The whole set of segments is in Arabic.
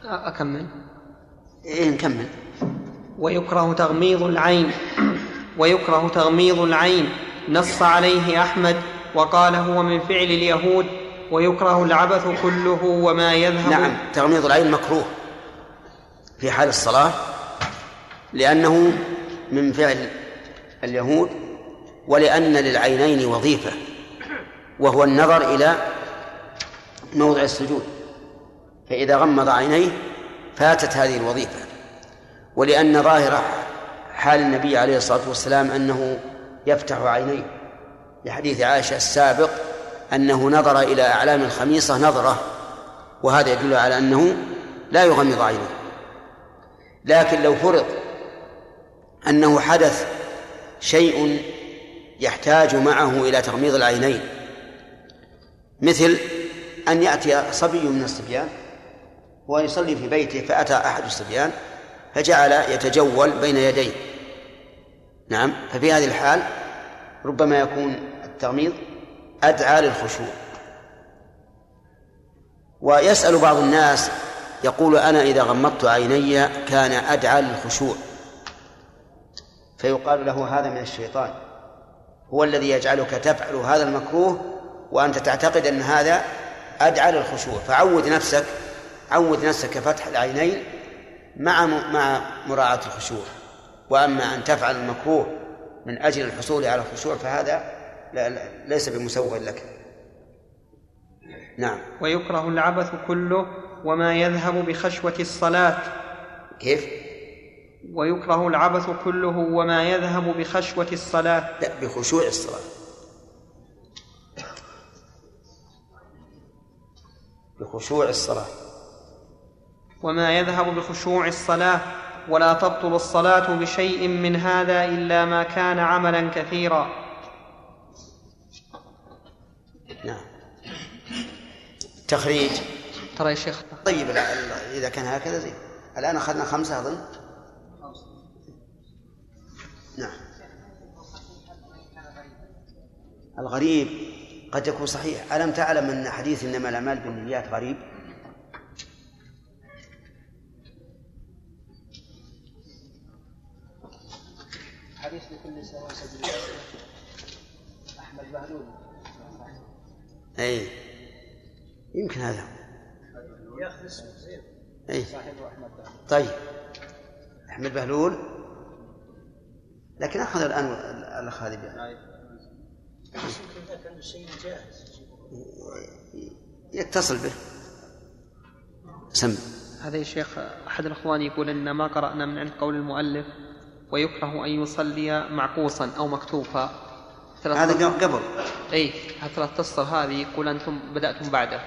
أكمل. إيه نكمل. ويكره تغميض العين نص عليه أحمد وقال هو من فعل اليهود. ويكره العبث كله وما يذهب. نعم، تغميض العين مكروه في حال الصلاة لأنه من فعل اليهود، ولأن للعينين وظيفة وهو النظر إلى موضع السجود، فإذا غمض عينيه فاتت هذه الوظيفة. ولأن ظاهر حال النبي عليه الصلاة والسلام أنه يفتح عينيه لحديث عائشة السابق أنه نظر إلى أعلام الخميصة نظرة، وهذا يدل على أنه لا يغمض عينيه. لكن لو فرض أنه حدث شيء يحتاج معه إلى تغميض العينين، مثل أن يأتي صبي من الصبيان ويصلي في بيته فأتى أحد الصبيان فجعل يتجول بين يديه، نعم، ففي هذه الحال ربما يكون التغميض أدعى للخشوع. ويسأل بعض الناس يقول أنا إذا غمضت عيني كان أدعى للخشوع، فيقال له هذا من الشيطان، هو الذي يجعلك تفعل هذا المكروه وأنت تعتقد أن هذا أدعى للخشوع. فعود نفسك فتح العينين مع مراعاة الخشوع. وأما أن تفعل المكروه من أجل الحصول على الخشوع فهذا ليس بمسوغ لك. نعم. ويكره العبث كله وما يذهب بخشوة الصلاة. كيف؟ ويكره العبث كله وما يذهب بخشوة الصلاة. لا، بخشوع الصلاة. بخشوع الصلاة. وما يذهب بخشوع الصلاة. ولا تبطل الصلاة بشيء من هذا إلا ما كان عملا كثيرا. نعم. تخريج. ترى يا شيخ. طيب إذا كان هكذا زين. الآن أخذنا 5 أظن. نعم. الغريب قد يكون صحيح. ألم تعلم أن حديث إنما الأعمال بالنيات غريب؟ حديث لكل سواء سبيل أحمد بهلول. أي يمكن هذا. أي. طيب أحمد بهلول، لكن أخذ الآن الأخ هذه يتصل به. سم. هذا يا شيخ أحد الأخوان يقول إن ما قرأنا من عند قول المؤلف ويكره أن يصلي معكوسا أو مكتوفا. هذا قبل. أي هذا تصل هذه يقول أنتم بدأتم بعده.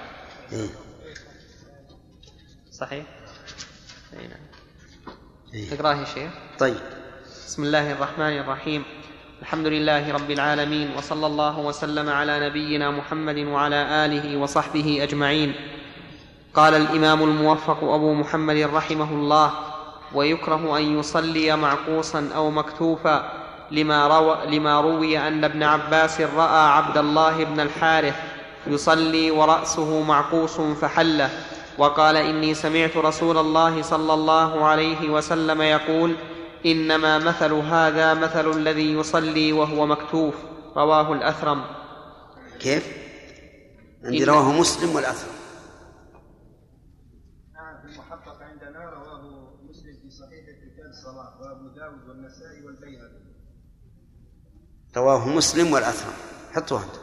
صحيح. أي نعم. تقرأه يا شيخ. طيب. بسم الله الرحمن الرحيم. الحمد لله رب العالمين، وصلى الله وسلم على نبينا محمد وعلى آله وصحبه أجمعين. قال الإمام الموفق أبو محمد رحمه الله: ويكره أن يصلي معكوسا أو مكتوفا لما روي أن ابن عباس رأى عبد الله بن الحارث يصلي ورأسه معكوس فحله، وقال: إني سمعت رسول الله صلى الله عليه وسلم يقول: إنما مثل هذا مثل الذي يصلي وهو مكتوف. رواه الأثرم. كيف؟ عندي رواه مسلم والأثرم. في المحقق عندنا رواه مسلم في صحيح كتاب الصلاة، وأبو داود والنسائي والبيهقي. رواه مسلم والأثرم. حطوها أنت.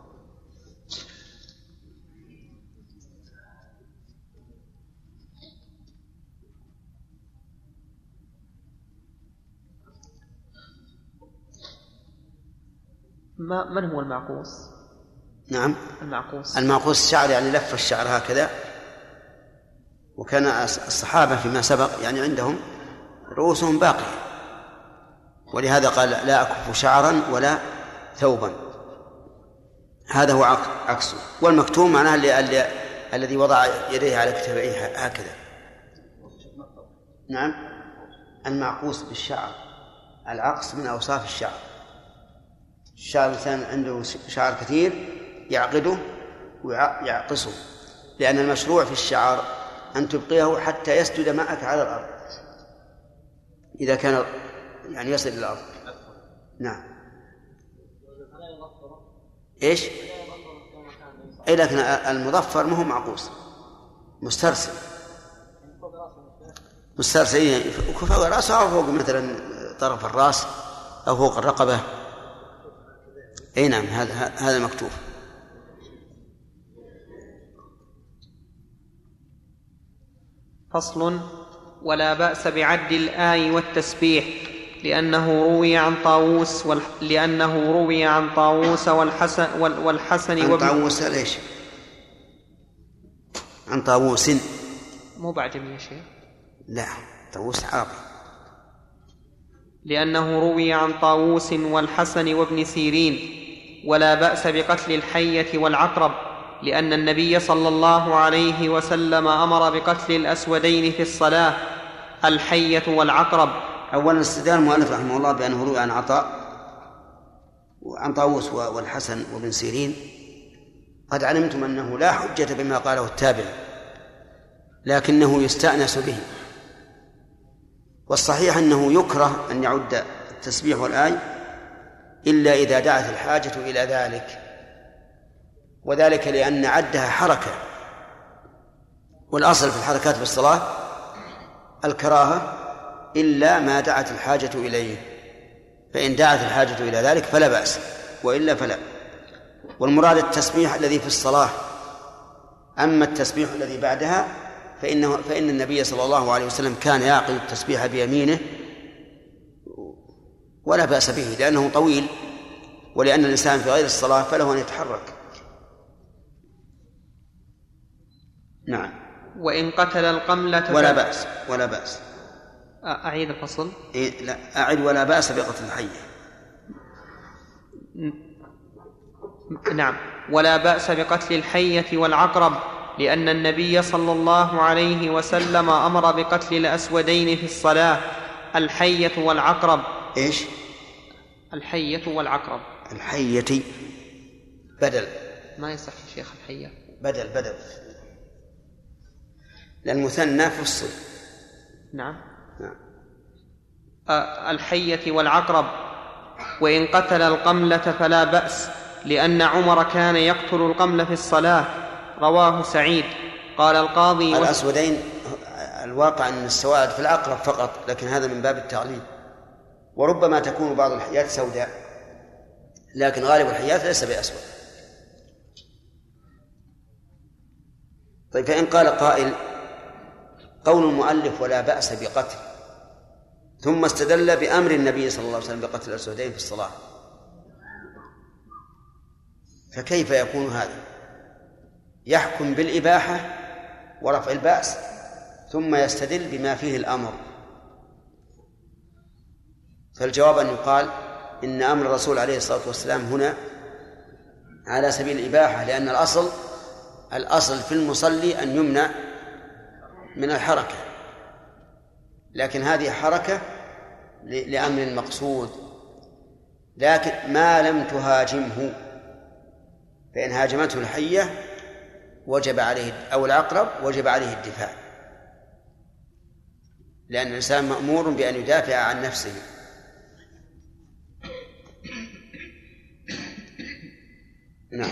من هو المعكوس؟ نعم، المعكوس الشعر، يعني لف الشعر هكذا. وكان الصحابة فيما سبق يعني عندهم رؤوسهم باقية، ولهذا قال: لا أكف شعرا ولا ثوبا. هذا هو عكسه. والمكتوم معناه الذي وضع يديه على كتفيه هكذا. نعم، المعكوس بالشعر. العقص من أوصاف الشعر. الشعر الإنسان عنده شعر كثير يعقده ويعقصه، لأن المشروع في الشعر أن تبقيه حتى يسجد معك على الأرض إذا كان يعني يصل إلى الأرض. نعم. إيش؟ أي لكن المظفر ما هو معقوس، مسترسل. مسترسل فوق رأسه أو فوق مثلا طرف الرأس أو فوق الرقبة. أي نعم، هذا مكتوب. فصل: ولا بأس بعد الآي والتسبيح لأنه روي عن طاووس والحسن عن طاووس. ليش عن طاووس؟ مو بعجمي يا شيخ. لا، طاووس عربي. لأنه روي عن طاووس والحسن وابن سيرين. ولا بأس بقتل الحية والعقرب لأن النبي صلى الله عليه وسلم أمر بقتل الأسودين في الصلاة، الحية والعقرب. أولا استدلال المؤلف رحمه الله بأنه روي عن عطاء وعن طاووس والحسن وابن سيرين. قد علمتم أنه لا حجة بما قاله التابع، لكنه يستأنس به. والصحيح أنه يكره أن يعد التسبيح والآي إلا إذا دعت الحاجة إلى ذلك، وذلك لأن عدها حركة، والأصل في الحركات في الصلاة الكراهة إلا ما دعت الحاجة إليه، فإن دعت الحاجة إلى ذلك فلا بأس، وإلا فلا. والمراد التسبيح الذي في الصلاة. أما التسبيح الذي بعدها فإن النبي صلى الله عليه وسلم كان يعقد التسبيح بيمينه ولا بأس به، لأنه طويل، ولأن الإنسان في غير الصلاة فله أن يتحرك. نعم. وإن قتل القملة ولا بأس. ولا بأس. أعيد الفصل. لا، أعد. ولا بأس بقتل الحية. نعم. ولا بأس بقتل الحية والعقرب لأن النبي صلى الله عليه وسلم أمر بقتل الأسودين في الصلاة، الحية والعقرب. إيش؟ الحية والعقرب. الحية بدل. ما يصح يا شيخ الحية. بدل لأن المثنى فصل. نعم. الحية والعقرب. وإن قتل القملة فلا بأس لأن عمر كان يقتل القمل في الصلاة، رواه سعيد. قال القاضي الأسودين الواقع أن السواد في العقرب فقط، لكن هذا من باب التعليل، وربما تكون بعض الحيات سوداء، لكن غالب الحيات ليس بأسود. طيب، فإن قال قائل قول المؤلف ولا بأس بقتل ثم استدل بأمر النبي صلى الله عليه وسلم بقتل الأسودين في الصلاة، فكيف يكون هذا؟ يحكم بالإباحة ورفع البأس ثم يستدل بما فيه الأمر. فالجواب أن يقال إن أمر الرسول عليه الصلاة والسلام هنا على سبيل الإباحة، لأن الأصل في المصلي أن يمنع من الحركة، لكن هذه حركة لأمر مقصود، لكن ما لم تهاجمه، فإن هاجمته الحية وجب عليه أو العقرب وجب عليه الدفاع، لأن الإنسان مأمور بأن يدافع عن نفسه. نعم.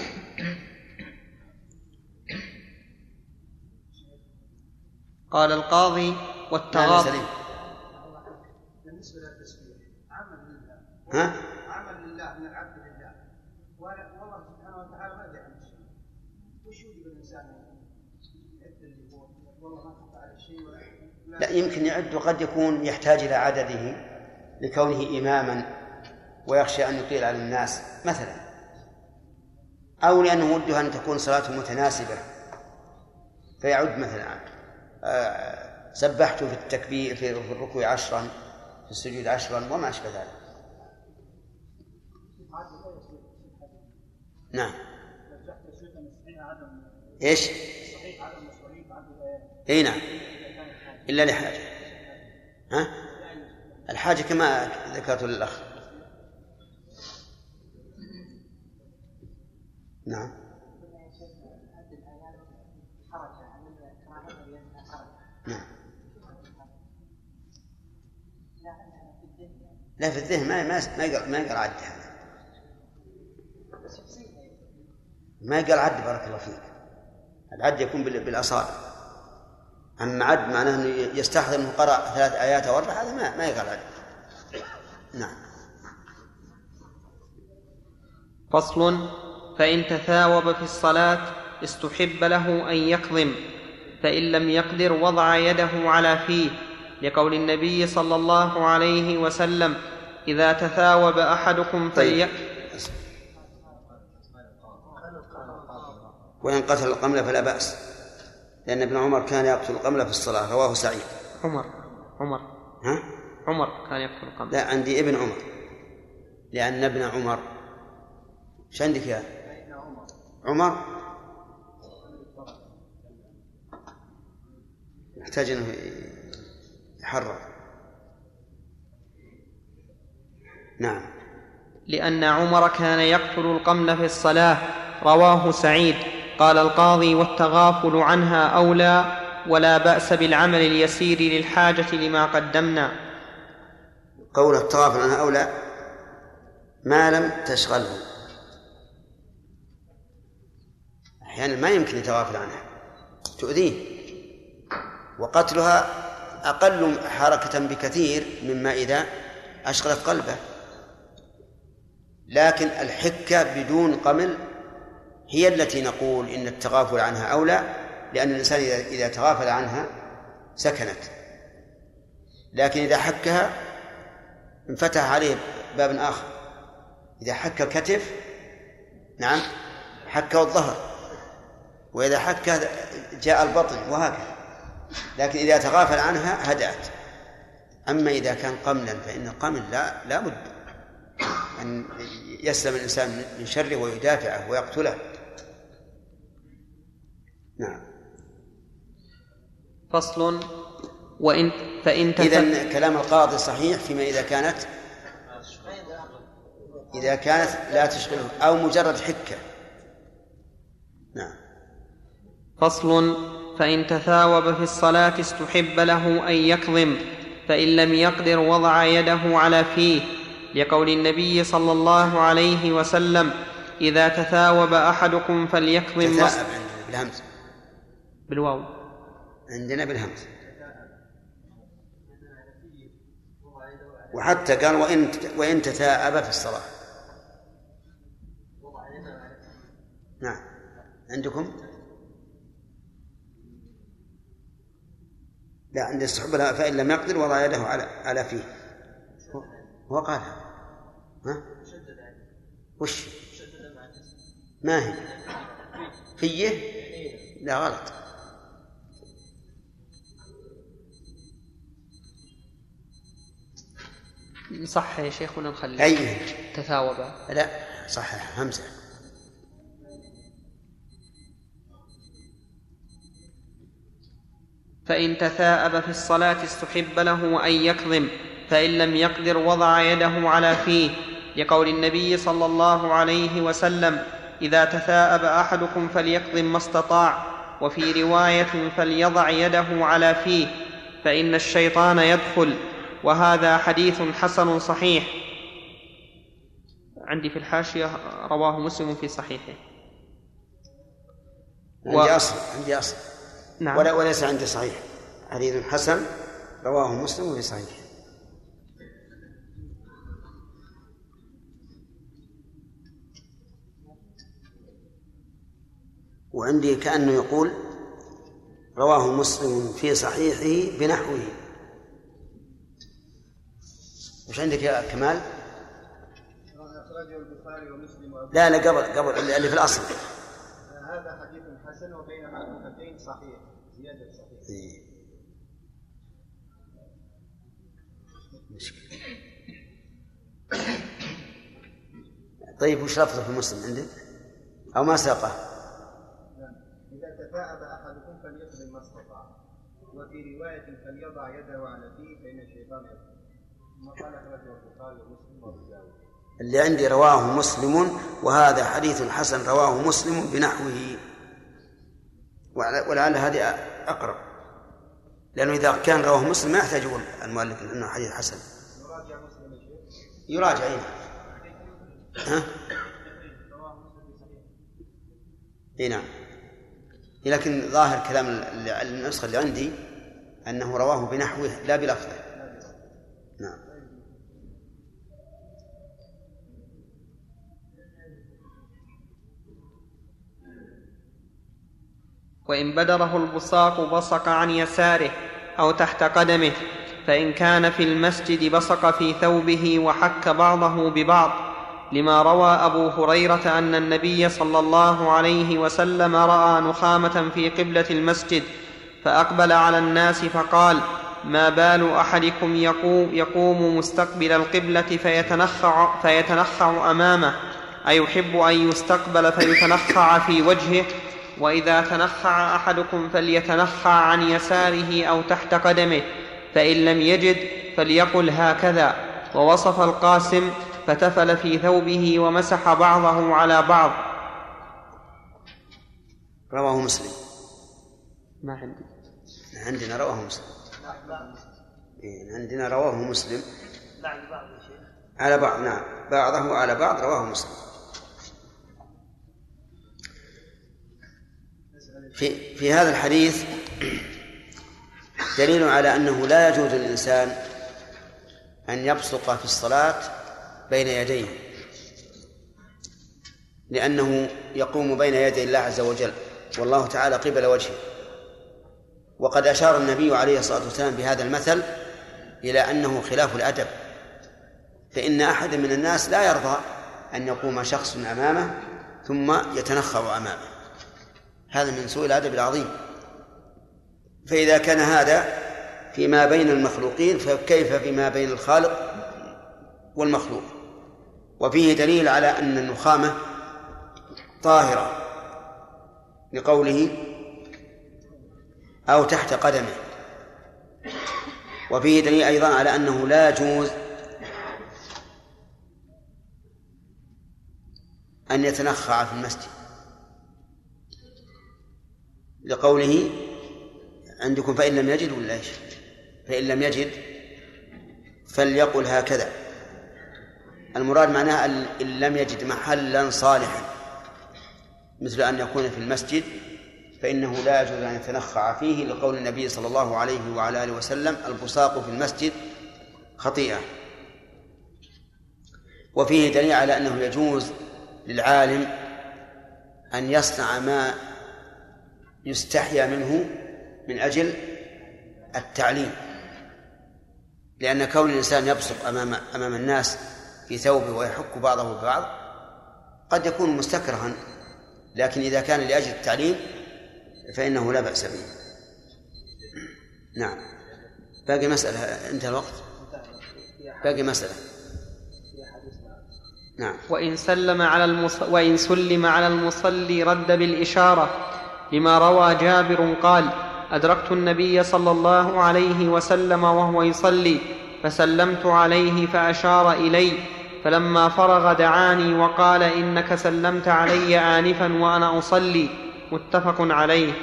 قال القاضي والتغاضي. بالنسبة للتسبيح عمل لله. ها؟ عمل لله من العبد لله، والله سبحانه وتعالى ما يدعي عن شيء. وش يجب الإنسان يعد اللي هو والله ما خفى على شيء ولا لا، يمكن يعد، وقد يكون يحتاج إلى عدده لكونه إماما ويخشى أن يطيل على الناس مثلا، أو لأنه وده أن تكون صلاته متناسبة فيعد مثلا سبحت في التكبير في الركوع 10 في السجود 10 وما أشبه ذلك. نعم. إيش؟ إيه نعم، إلا لحاجة. ها؟ الحاجة كما ذكرت للأخ. نعم. لا في الذهن ما يقال عد هذا، ما يقال عد. بارك الله فيك. العد يكون بالأصابع، أما عد معناه أنه يستحضر أنه قرأ 3 آيات أو 4، هذا ما يقال عد. نعم. فصل: فإن تثاوب في الصلاة استحب له أن يكظم، فإن لم يقدر وضع يده على فيه، لقول النبي صلى الله عليه وسلم: إذا تثاوب أحدكم وإن قتل القمل فلا بأس، لأن ابن عمر كان يقتل القمل في الصلاة، رواه سعيد. عمر كان يقتل القمل. لا، عندي ابن عمر، لأن ابن عمر. ايش عندك يا عمر؟ يحتاج أنه يحرر. نعم. لأن عمر كان يقتل القمل في الصلاة، رواه سعيد. قال القاضي: والتغافل عنها أولى، ولا بأس بالعمل اليسير للحاجة لما قدمنا. قول التغافل عنها أولى ما لم تشغله. أحيانا ما يمكن يتغافل عنها، تؤذيه، وقتلها أقل حركة بكثير مما إذا أشغلت قلبه. لكن الحكة بدون قمل هي التي نقول إن التغافل عنها أولى، لأن الإنسان إذا تغافل عنها سكنت، لكن إذا حكها انفتح عليه باب آخر. إذا حك الكتف نعم حكه الظهر، وإذا حك جاء البطن، وهكذا. لكن إذا تغافل عنها هدأت. أما إذا كان قملا فإن القمل لا بد أن يسلم الإنسان من شره ويدافعه ويقتله. نعم. فصل: إذن كلام القاضي صحيح فيما إذا كانت لا تشغله أو مجرد حكة. نعم. فصل: فإن تثاوب في الصلاة استحب له أن يكظم، فإن لم يقدر وضع يده على فيه، لقول النبي صلى الله عليه وسلم: إذا تثاوب أحدكم فليكظم. تثاءب عندنا بالهمز، بالواو عندنا بالهمز. وحتى قال وإن تثاءب في الصلاة. نعم. عندكم؟ لا، عند استحب لها فإن لم يقدر وضع يده على فيه. هو قال ها؟ وش ما هي فيه؟ لا، غلط. صح يا شيخ ولا نخلي؟ أي تثاوب. لا صح، همزة. فإن تثاءب في الصلاة استحب له أن يكظم، فإن لم يقدر وضع يده على فيه، لقول النبي صلى الله عليه وسلم: إذا تثاءب أحدكم فليكظم ما استطاع، وفي رواية: فليضع يده على فيه، فإن الشيطان يدخل. وهذا حديث حسن صحيح. عندي في الحاشية: رواه مسلم في صحيحه. عندي أصل. نعم. وليس عندي صحيح. حديث حسن رواه مسلم في صحيحه. وعندي كأنه يقول رواه مسلم في صحيحه بنحوه. وش عندك يا كمال؟ لا قبل اللي في الأصل. هذا حديث حسن وبينهما الحديثين صحيح، زيادة صحيح. طيب وش لفظه في مسلم عندك؟ أو ما ساقه؟ إذا تثاءب أحدكم فليكظم ما استطاع، وفي رواية: فليضع يده على فيه فإن الشيطان يدخل. ما قال أخرجه البخاري ومسلم وأبو داود. اللي عندي رواه مسلم، وهذا حديث حسن رواه مسلم بنحوه. ولعل هذه أقرب، لأنه إذا كان رواه مسلم ما يحتاج المؤلف أنه حديث حسن. يراجع. ها؟ نعم. لكن ظاهر كلام النسخة اللي عندي أنه رواه بنحوه لا بلفظه. نعم. وإن بدره البصاق بصق عن يساره أو تحت قدمه، فإن كان في المسجد بصق في ثوبه وحك بعضه ببعض، لما روى أبو هريرة أن النبي صلى الله عليه وسلم رأى نخامة في قبلة المسجد فأقبل على الناس فقال: ما بال أحدكم يقوم مستقبل القبلة فيتنخع أمامه، أيحب أن يستقبل فيتنخع في وجهه؟ وإذا تنخع أحدكم فليتنخع عن يساره أو تحت قدمه، فإن لم يجد فليقل هكذا. ووصف القاسم فتفل في ثوبه ومسح بعضه على بعض. رواه مسلم. ما عندنا رواه مسلم. عندنا رواه مسلم على بعض. نعم، بعضه على بعض رواه مسلم. في هذا الحديث دليل على أنه لا يجوز للإنسان أن يبصق في الصلاة بين يديه، لأنه يقوم بين يدي الله عز وجل والله تعالى قبل وجهه. وقد أشار النبي عليه الصلاة والسلام بهذا المثل إلى أنه خلاف الأدب، فإن أحد من الناس لا يرضى أن يقوم شخص أمامه ثم يتنخع أمامه، هذا من سوء الأدب العظيم. فإذا كان هذا فيما بين المخلوقين فكيف فيما بين الخالق والمخلوق؟ وفيه دليل على أن النخامة طاهرة لقوله أو تحت قدمه. وفيه دليل أيضا على أنه لا يجوز أن يتنخع في المسجد لقوله عندكم فإن لم يجد ولا إيش؟ فإن لم يجد فليقل هكذا. المراد معناها إن لم يجد محلا صالحا مثل أن يكون في المسجد فإنه لا يجوز أن يتنخع فيه، لقول النبي صلى الله عليه وعلى آله وسلم: البصاق في المسجد خطيئة. وفيه دليل على أنه يجوز للعالم أن يصنع ما يستحيا منه من أجل التعليم، لأن كون الإنسان يبصق أمام الناس في ثوبه ويحك بعضه ببعض قد يكون مستكرها، لكن إذا كان لأجل التعليم فإنه لا بأس به. نعم. باقي مسألة، انتهى الوقت. باقي مسألة. نعم. وإن سلم على المصلي رد بالإشارة، لما روى جابر قال: أدركت النبي صلى الله عليه وسلم وهو يصلي فسلمت عليه فأشار إلي، فلما فرغ دعاني وقال: إنك سلمت علي آنفا وأنا أصلي. متفق عليه.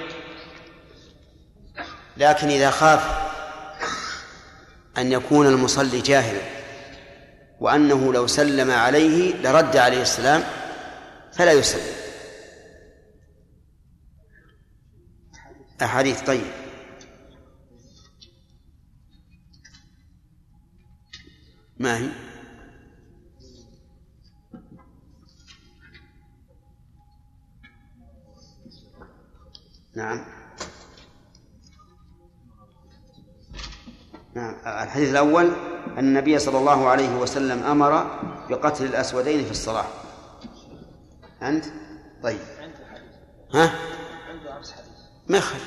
لكن إذا خاف أن يكون المصلي جاهلا وأنه لو سلم عليه لرد عليه السلام فلا يسلم. أحاديث. طيب. ما هي؟ نعم. الحديث الأول أن النبي صلى الله عليه وسلم أمر بقتل الأسودين في الصلاة. أنت؟ طيب. ها؟ ما يخل.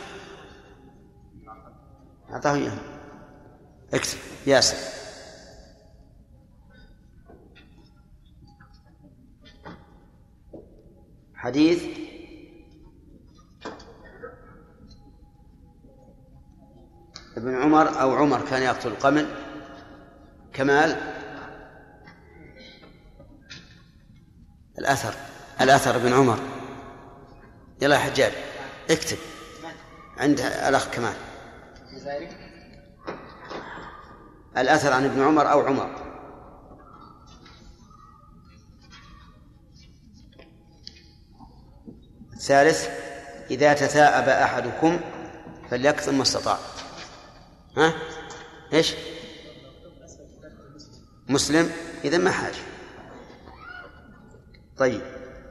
أعطاه إياه. اكتب ياسر. حديث ابن عمر أو عمر كان يقتل القمل. كمال الأثر ابن عمر. يلا يا حجاج اكتب عند الأخ كمال. الأثر عن ابن عمر أو عمر. ثالث إذا تثاءب أحدكم فليكثر ما استطاع. ها إيش؟ مسلم؟ إذا ما حاجة. طيب،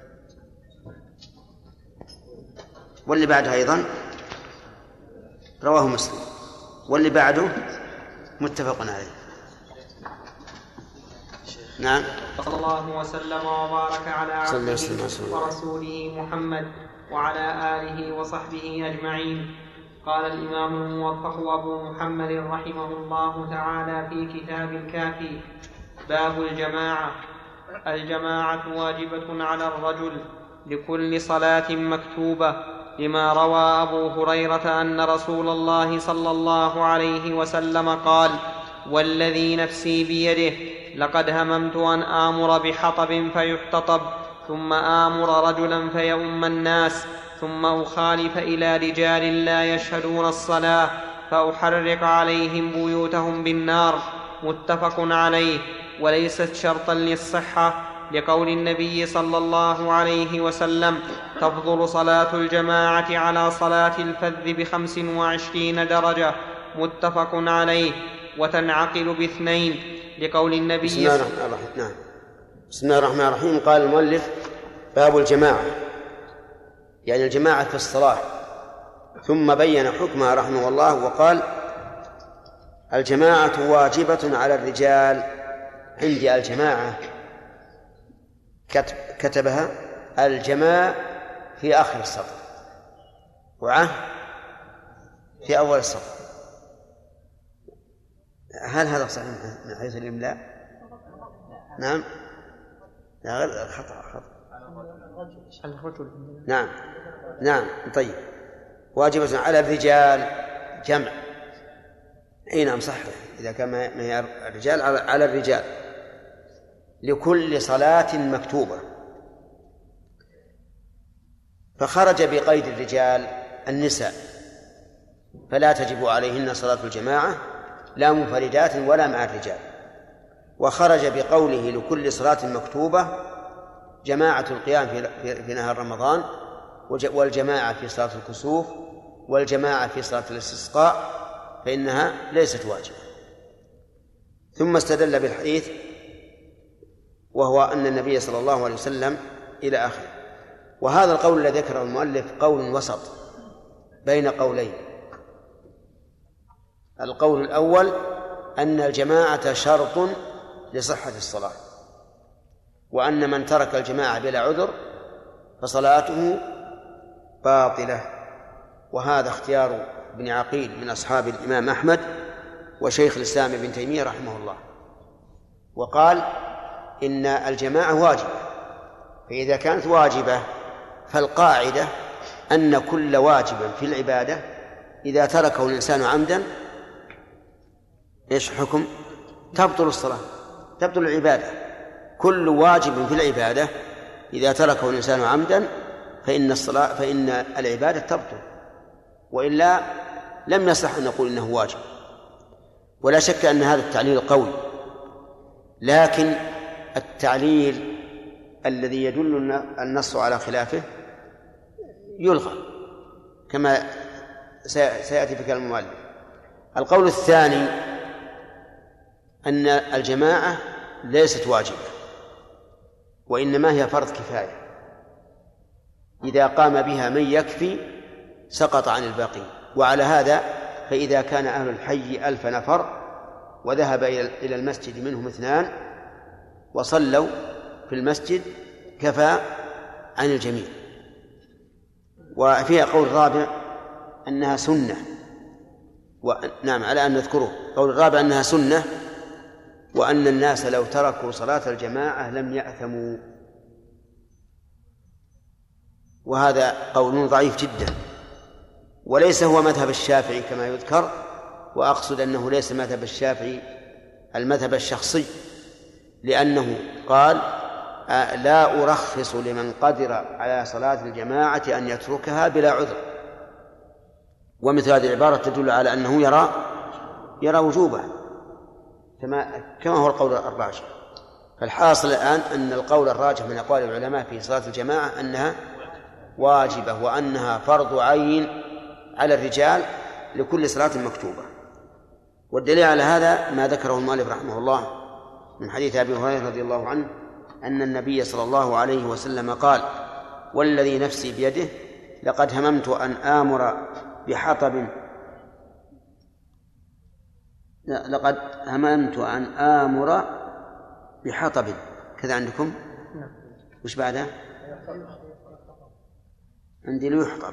واللي بعده أيضا رواه مسلم، واللي بعده متفق عليه. نعم. صلى الله وسلم وبارك على عبده ورسوله محمد وعلى آله وصحبه أجمعين. قال الإمام الموفق أبو محمد رحمه الله تعالى في كتاب الكافي: باب الجماعة. الجماعة واجبة على الرجل لكل صلاة مكتوبة، لما روى أبو هريرة أن رسول الله صلى الله عليه وسلم قال: والذي نفسي بيده لقد هممت أن آمر بحطب فيحتطب، ثم آمر رجلا فيؤم الناس، ثم أخالف إلى رجال لا يشهدون الصلاة فأحرق عليهم بيوتهم بالنار. متفق عليه. وليست شرطا للصحة، لقول النبي صلى الله عليه وسلم: تفضل صلاة الجماعة على صلاة الفذ ب25 درجة. متفق عليه. وتنعقل ب2، لقول النبي بسم الله الرحمن الرحيم. قال المؤلف: باب الجماعة، يعني الجماعة في الصلاة، ثم بين حكمها رحمه الله وقال: الجماعة واجبة على الرجال. عندي الجماعة كتبها الجماع في آخر السطر، وعه في أول السطر. هل هذا صحيح من حيث الإملاء؟ نعم. لا، غير خطأ. نعم. طيب، واجبة على الرجال جمع. نعم صح، إذا كان ما هي الرجال على الرجال لكل صلاة مكتوبة. فخرج بقيد الرجال النساء، فلا تجب عليهن صلاة الجماعة لا منفردات ولا مع الرجال. وخرج بقوله لكل صلاة مكتوبة جماعة القيام في نهار رمضان، والجماعة في صلاة الكسوف، والجماعة في صلاة الاستسقاء، فإنها ليست واجبة. ثم استدل بالحديث، وهو أن النبي صلى الله عليه وسلم إلى آخره. وهذا القول الذي ذكره المؤلف قول وسط بين قولين. القول الأول أن الجماعة شرط لصحة الصلاة، وأن من ترك الجماعة بلا عذر فصلاته باطلة. وهذا اختيار ابن عقيل من أصحاب الإمام أحمد وشيخ الإسلام ابن تيمية رحمه الله. وقال إن الجماعة واجبة، فإذا كانت واجبة فالقاعدة أن كل واجب في العبادة إذا تركه الإنسان عمدا إيش حكم؟ تبطل الصلاة، تبطل العبادة. كل واجب في العبادة إذا تركه الإنسان عمدا فإن العبادة تبطل، وإلا لم يصح أن نقول إنه واجب. ولا شك أن هذا التعليل قوي، لكن التعليل الذي يدل النص على خلافه يلغى كما سيأتي في كلام المؤلف. القول الثاني أن الجماعة ليست واجبة، وإنما هي فرض كفاية، إذا قام بها من يكفي سقط عن الباقي. وعلى هذا فإذا كان أهل الحي 1000 نفر وذهب إلى المسجد منهم 2 وصلوا في المسجد كفى عن الجميع. وفيها قول رابع أنها سنة، نعم على أن نذكره. قول الرابع أنها سنة، وأن الناس لو تركوا صلاة الجماعة لم يأثموا. وهذا قول ضعيف جدا، وليس هو مذهب الشافعي كما يذكر. وأقصد أنه ليس مذهب الشافعي المذهب الشخصي، لأنه قال لا أرخص لمن قدر على صلاة الجماعة أن يتركها بلا عذر. ومثل هذه العبارة تدل على أنه يرى وجوبها كما هو القول الراجح. فالحاصل الآن أن القول الراجح من أقوال العلماء في صلاة الجماعة أنها واجبة وأنها فرض عين على الرجال لكل صلاة مكتوبة. والدليل على هذا ما ذكره المؤلف رحمه الله من حديث أبي هريرة رضي الله عنه أن النبي صلى الله عليه وسلم قال: والذي نفسي بيده لقد هممت أن آمر بحطب لقد هممت أن آمر بحطب كذا عندكم؟ وش بعدها؟ عندي ليحطب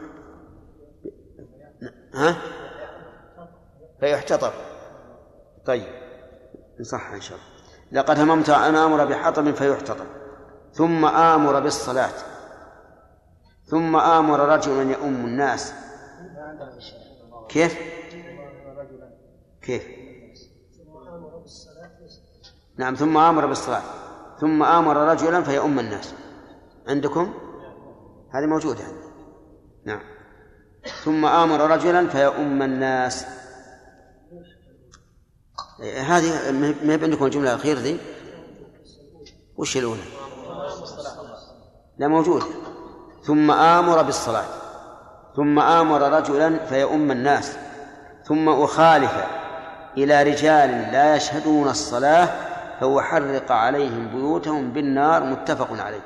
فيحتطب. طيب صح إن شاء الله. لقد هممت أن آمر بحطب فيحتطب ثم آمر بالصلاة ثم آمر رجلا يؤم الناس. كيف؟ نعم ثم آمر بالصلاة ثم آمر رجلا فيؤم الناس. عندكم؟ هذه موجودة عندي. نعم ثم آمر رجلا فيؤم الناس. هذه ما عندكم الجملة الأخيرة ذي؟ وش الأولى؟ لا موجودة. ثم آمر بالصلاة ثم آمر رجلا فيؤم الناس ثم أخالف إلى رجال لا يشهدون الصلاة فأحرق عليهم بيوتهم بالنار. متفق عليه.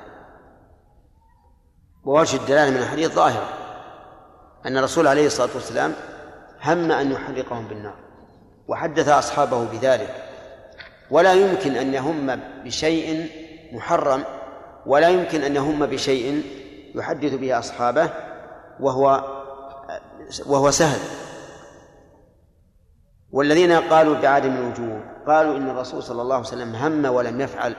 ووجه الدلالة من الحديث ظاهرة أن الرسول عليه الصلاة والسلام هم أن يحرقهم بالنار وحدث أصحابه بذلك. ولا يمكن أن يهم بشيء محرم ولا يمكن أن يهم بشيء يحدث به أصحابه وهو سهل. والذين قالوا بعدم الوجوب قالوا إن الرسول صلى الله عليه وسلم هم ولم يفعل،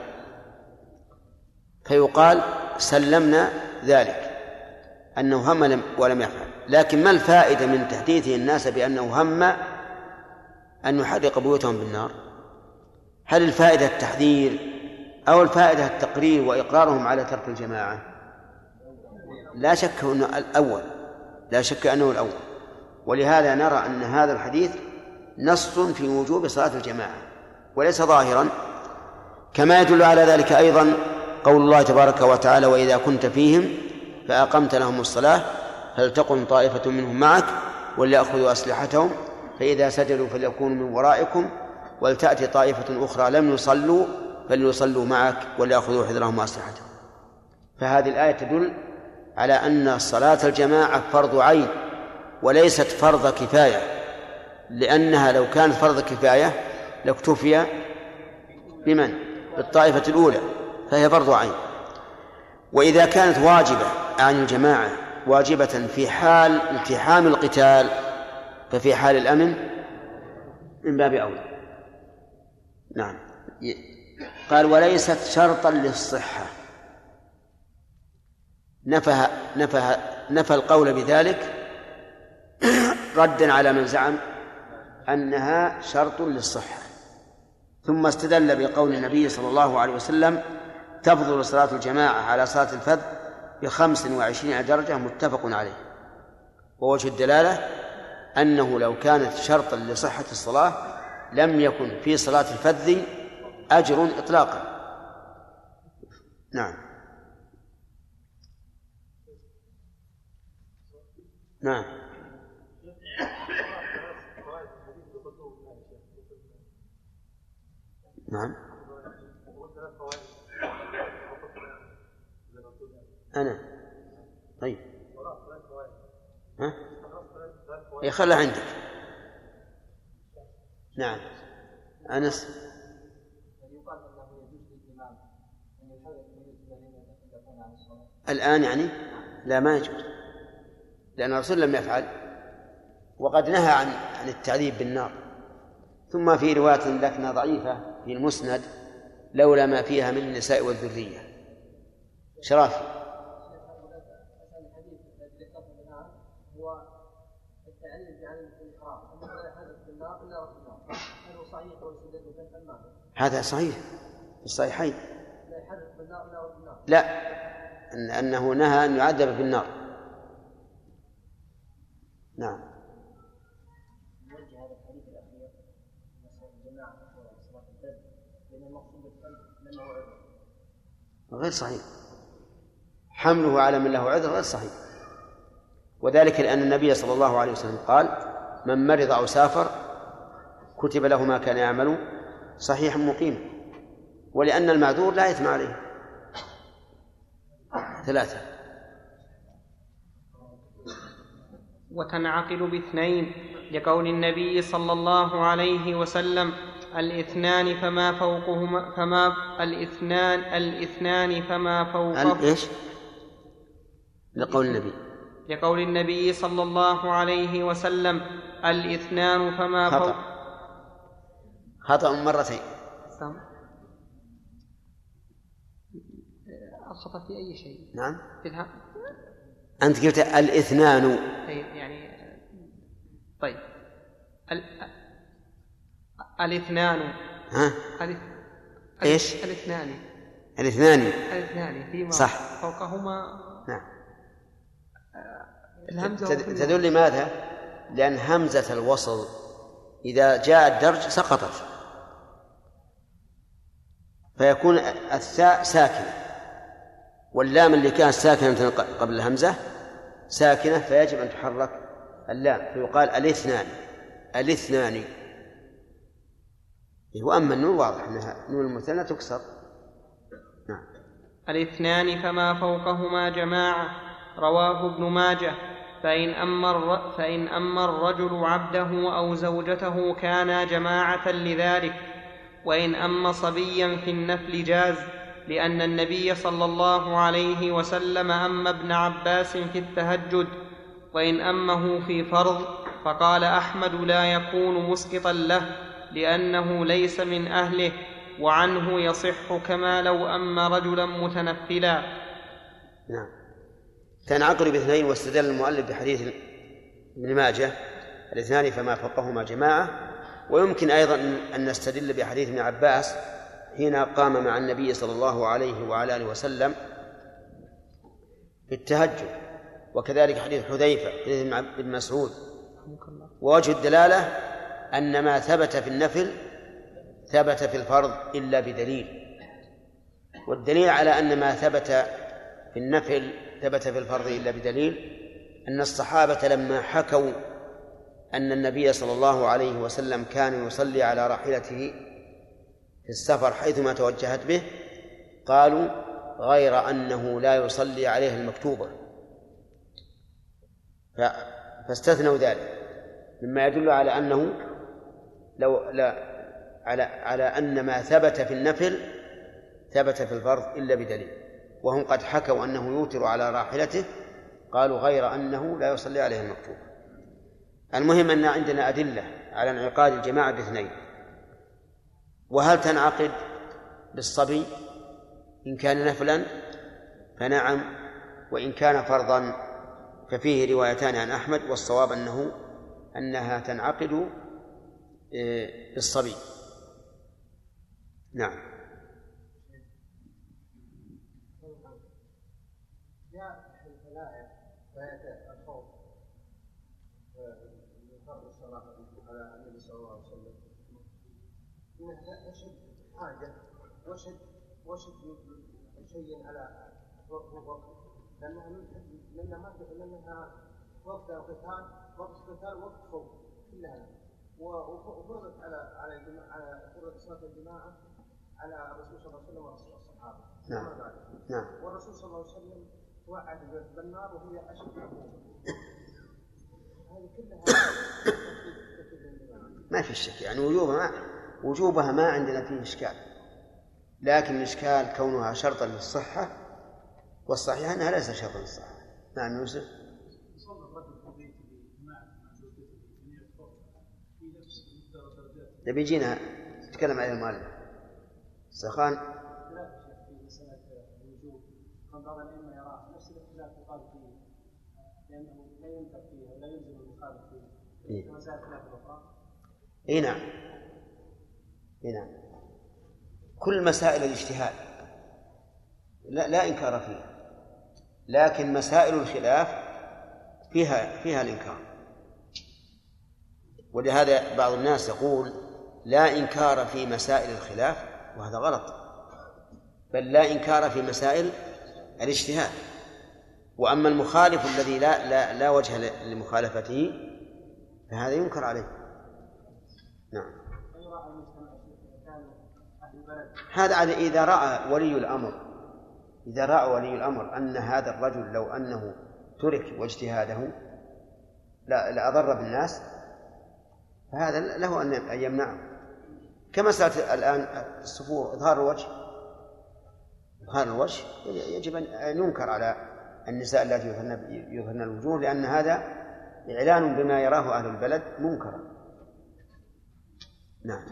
فيقال سلمنا ذلك أنه هم ولم يفعل. لكن ما الفائدة من تحديثه الناس بأنه هم أن يحرق بيوتهم بالنار؟ هل الفائدة التحذير أو الفائدة التقرير وإقرارهم على ترك الجماعة؟ لا شك أنه الأول، لا شك أنه الأول. ولهذا نرى أن هذا الحديث نص في وجوب صلاة الجماعة وليس ظاهرا. كما يدل على ذلك أيضا قول الله تبارك وتعالى: وإذا كنت فيهم فأقمت لهم الصلاة فلتقم طائفة منهم معك وليأخذوا أسلحتهم فإذا سجدوا فليكونوا من ورائكم ولتأتي طائفة أخرى لم يصلوا فليصلوا معك وليأخذوا حذرهم وأسلحتهم. فهذه الآية تدل على أن صلاة الجماعة فرض عين وليست فرض كفاية، لأنها لو كانت فرض كفاية لاكتفي بمن؟ بالطائفة الأولى، فهي فرض عين. وإذا كانت واجبة عن الجماعة واجبة في حال التحام القتال ففي حال الأمن من باب أولى. نعم. قال: وليست شرطا للصحة. نفى القول بذلك ردا على من زعم أنها شرط للصحة، ثم استدل بقول النبي صلى الله عليه وسلم: تفضل صلاة الجماعة على صلاة الفذ ب25 درجة. متفق عليه. ووجه الدلالة أنه لو كانت شرطا لصحة الصلاة لم يكن في صلاة الفذ أجر إطلاقا. نعم. نعم. نعم. أنا طيب خلها عندك. نعم. أنس. الآن يعني لا، ما يجوز، لأن الرسول لم يفعل وقد نهى عن التعذيب بالنار. ثم في رواية لكنها ضعيفة في المسند: لولا ما فيها من النساء والذرية. شرافي. هذا صحيح في الصحيحين. لا، أنه نهى أن يعذب بالنار. نعم. غير صحيح. حمله على من له عذر غير صحيح. وذلك لأن النبي صلى الله عليه وسلم قال: من مرض أو سافر كتب له ما كان يعمل صحيحا مقيما، ولأن المعذور لا إثم عليه. 3. وتنعقد باثنين، لقول النبي صلى الله عليه وسلم: الاثنان فما فوقهما الاثنان فما فوقهما. إيش؟ لقول النبي صلى الله عليه وسلم: الاثنان فما فوق. خطأ مرتين. الخطأ في أي شيء؟ نعم. أنت قلت الاثنان. يعني طيب الاثنان. إيش؟ الاثنان فيما صح. فوقهما. نعم. الهمزة تدل لماذا؟ لأن همزة الوصل إذا جاء الدرج سقطت، فيكون الثاء ساكنة، واللام اللي كانت ساكنة قبل الهمزة ساكنة، فيجب أن تحرك اللام فيقال الاثنان. وأما النون واضح أنها نون المثنى تكسر. نعم. الاثنان فما فوقهما جماعة، رواه ابن ماجه. فإن أما الرجل عبده أو زوجته كانا جماعة لذلك، وإن أما صبيا في النفل جاز، لأن النبي صلى الله عليه وسلم أما ابن عباس في التهجد. وإن أمه في فرض فقال أحمد: لا يكون مسقطا له، لأنه ليس من أهله، وعنه يصح كما لو أما رجلا متنفلا. نعم. تنعقد باثنين، واستدل المؤلف بحديث ابن ماجه: الاثنان فما فوقهما جماعة. ويمكن أيضا أن نستدل بحديث ابن عباس حين قام مع النبي صلى الله عليه وعلى آله وسلم في التهجد، وكذلك حديث حذيفة، حديث ابن مسعود. ووجه الدلالة أن ما ثبت في النفل ثبت في الفرض إلا بدليل، والدليل على أن ما ثبت في النفل ثبت في الفرض إلا بدليل أن الصحابة لما حكوا أن النبي صلى الله عليه وسلم كان يصلي على راحلته في السفر حيثما توجهت به، قالوا: غير أنه لا يصلي عليه المكتوبة، فاستثنوا ذلك، مما يدل على أنه على أن ما ثبت في النفل ثبت في الفرض إلا بدليل. وهم قد حكوا أنه يوتر على راحلته، قالوا: غير أنه لا يصلي عليه المكتوبة. المهم أن عندنا أدلة على انعقاد الجماعة باثنين. وهل تنعقد بالصبي؟ إن كان نفلا فنعم، وإن كان فرضا ففيه روايتان عن أحمد، والصواب أنها تنعقد بالصبي. نعم. وشد شيء على وقت، لأنها وقت القتال، وقت خوف كلها، وفرضت على فرض صلاة الجماعة على الرسول صلى الله عليه وسلم والصحابة. نعم. والرسول صلى الله عليه وسلم توعد بالنار وهي أشد عقوبة. هذه كلها ما في شك، يعني وجوبها ما عندنا فيه إشكال، لكن الإشكال كونها شرطا للصحة، والصحيح أنها ليس شرطا للصحة. نعم يوسف. نبي يجينا نتكلم عليه المؤلف سخان. بعض الأئمة يرى نفس الاختلاف يقال فيه لأنه لا ينكر فيه ولا يلزم المخالف فيه كمسائل الخلاف الأخرى. اي نعم. كل مسائل الاجتهاد لا إنكار فيها، لكن مسائل الخلاف فيها الإنكار. ولهذا بعض الناس يقول: لا إنكار في مسائل الخلاف، وهذا غلط، بل لا إنكار في مسائل الاجتهاد. وأما المخالف الذي لا وجه لمخالفته فهذا ينكر عليه. نعم. هذا إذا رأى ولي الأمر أن هذا الرجل لو أنه ترك واجتهاده لا أضر بالناس فهذا له أن يمنعه. كمسألة الآن السفور إظهار الوجه يجب أن ينكر على النساء التي يظهرن الوجوه، لأن هذا إعلان بما يراه أهل البلد منكرا. نعم.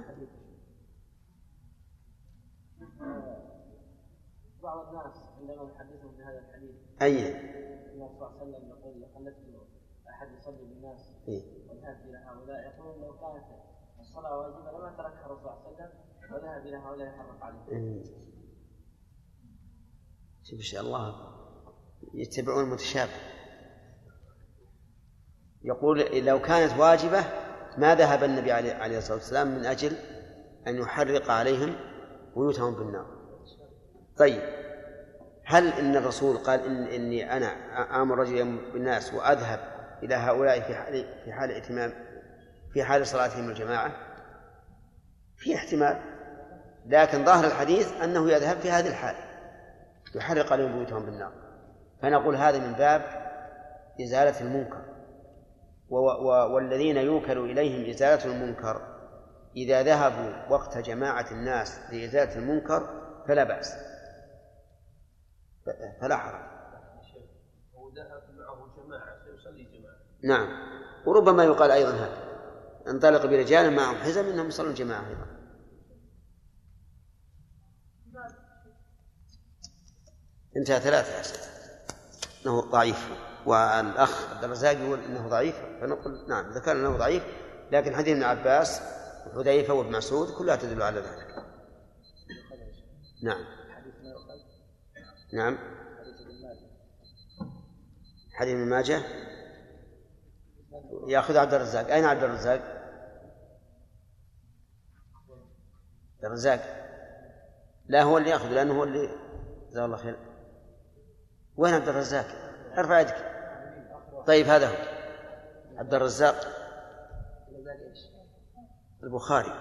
بعض الناس عندما يحدثهم بهذا الحديث النبي صلى الله عليه وسلم يقول خلفت أحد يصلي بالناس وذهب إلى هؤلاء، يقولون لو كانت الصلاة واجبة لما تركها الرسول صلى الله عليه وسلم وذهب إلى هؤلاء يحرق عليهم. شوف إن شاء الله يتبعون المتشابه. يقول لو كانت واجبة ما ذهب النبي عليه الصلاة والسلام من أجل أن يحرق عليهم بيوتهم بالنار. طيب، هل إن الرسول قال إني أنا آمر رجل بالناس وأذهب إلى هؤلاء في حال ائتمام في حال صلاتهم الجماعة؟ في احتمال، لكن ظاهر الحديث أنه يذهب في هذه الحال يحرق عليهم بيوتهم بالنار. فنقول هذا من باب إزالة المنكر، والذين يوكل إليهم إزالة المنكر إذا ذهبوا وقت جماعة الناس لإزالة المنكر فلا بأس، فلا حرج. هو ذهب معه جماعة سيصلي جماعة. نعم، وربما يقال أيضا هذا انطلق برجال معهم حزم إنهم يصلون جماعة أيضا. انتهى 3 يا سيدي أنه ضعيف، والأخ عبد الرزاق يقول إنه ضعيف، فنقول نعم ذكر أنه ضعيف، لكن حديث ابن عباس وحذيفة وابن مسعود كلها تدل على ذلك. نعم. نعم. حديث ابن ماجه يأخذ عبد الرزاق. أين عبد الرزاق؟ عبد الرزاق لا هو اللي يأخذ، لأنه هو اللي جزاه الله خير. وين عبد الرزاق؟ ارفع يدك. طيب هذا هو عبد الرزاق البخاري.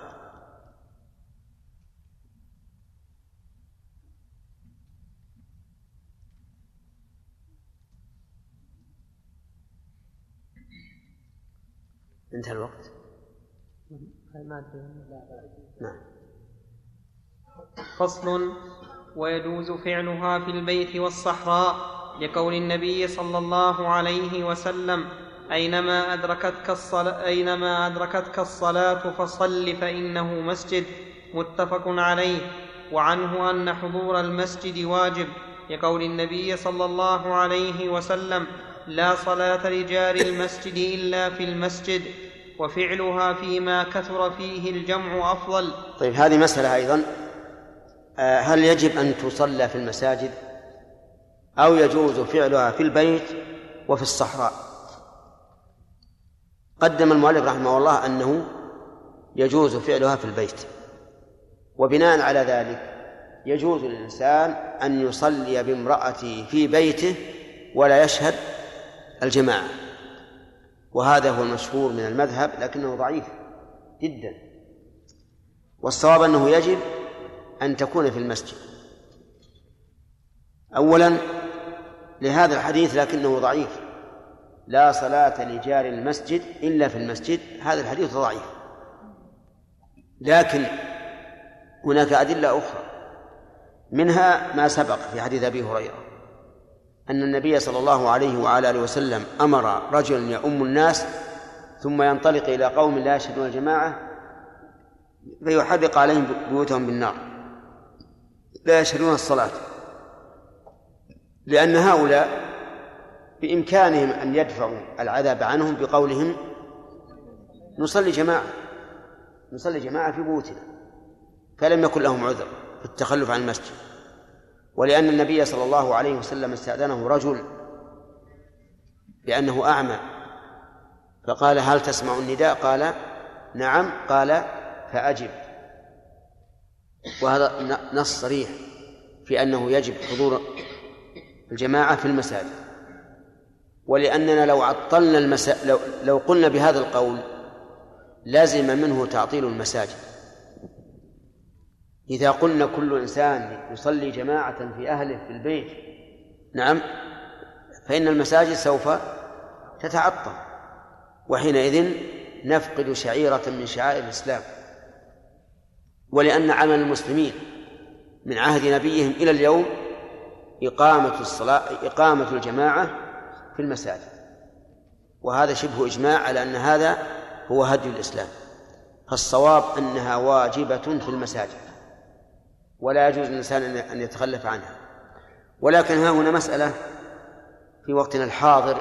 انتهى الوقت. نعم. فصل: ويجوز فعلها في البيت والصحراء، لقول النبي صلى الله عليه وسلم: أينما أدركتك الصلاة فصل فإنه مسجد. متفق عليه. وعنه أن حضور المسجد واجب، لقول النبي صلى الله عليه وسلم: لا صلاة لجار المسجد إلا في المسجد، وفعلها فيما كثر فيه الجمع أفضل. طيب، هذه مسألة أيضا، هل يجب أن تصلى في المساجد أو يجوز فعلها في البيت وفي الصحراء؟ قدم المؤلف رحمه الله أنه يجوز فعلها في البيت، وبناء على ذلك يجوز للإنسان أن يصلي بامرأته في بيته ولا يشهد الجماعة، وهذا هو المشهور من المذهب، لكنه ضعيف جدا، والصواب أنه يجب أن تكون في المسجد. أولا لهذا الحديث لكنه ضعيف: لا صلاة لجار المسجد إلا في المسجد. هذا الحديث ضعيف، لكن هناك أدلة أخرى، منها ما سبق في حديث أبي هريرة أن النبي صلى الله عليه وعلى آله وسلم أمر رجلا يؤم الناس ثم ينطلق إلى قوم لا يشهدون الجماعة فيحرق عليهم بيوتهم بالنار، لا يشهدون الصلاة، لأن هؤلاء بإمكانهم أن يدفعوا العذاب عنهم بقولهم: نصلي جماعة في بيوتنا، فلم يكن لهم عذر في التخلف عن المسجد. ولأن النبي صلى الله عليه وسلم استأذنه رجل لأنه أعمى، فقال: هل تسمع النداء؟ قال: نعم. قال: فأجب. وهذا نص صريح في أنه يجب حضور الجماعة في المساجد. ولأننا لو عطلنا لو قلنا بهذا القول لازم منه تعطيل المساجد. إذا قلنا كل إنسان يصلي جماعة في أهله في البيت نعم فإن المساجد سوف تتعطل، وحينئذ نفقد شعيرة من شعائر الإسلام. ولأن عمل المسلمين من عهد نبيهم إلى اليوم إقامة الجماعة في المساجد، وهذا شبه إجماع على أن هذا هو هدي الإسلام. فالصواب أنها واجبة في المساجد ولا يجوز للإنسان أن يتخلف عنها. ولكن ها هنا مسألة في وقتنا الحاضر،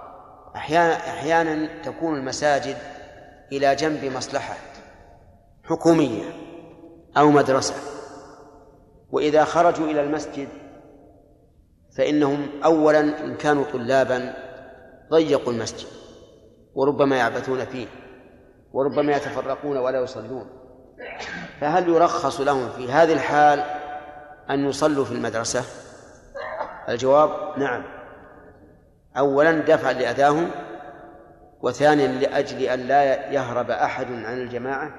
أحيانا تكون المساجد إلى جنب مصلحة حكومية أو مدرسة، وإذا خرجوا إلى المسجد فإنهم أولا إن كانوا طلابا ضيقوا المسجد وربما يعبثون فيه وربما يتفرقون ولا يصلون، فهل يرخص لهم في هذه الحال أن يصلوا في المدرسة؟ الجواب نعم، أولا دفعا لأذاهم، وثانيا لأجل أن لا يهرب أحد عن الجماعة،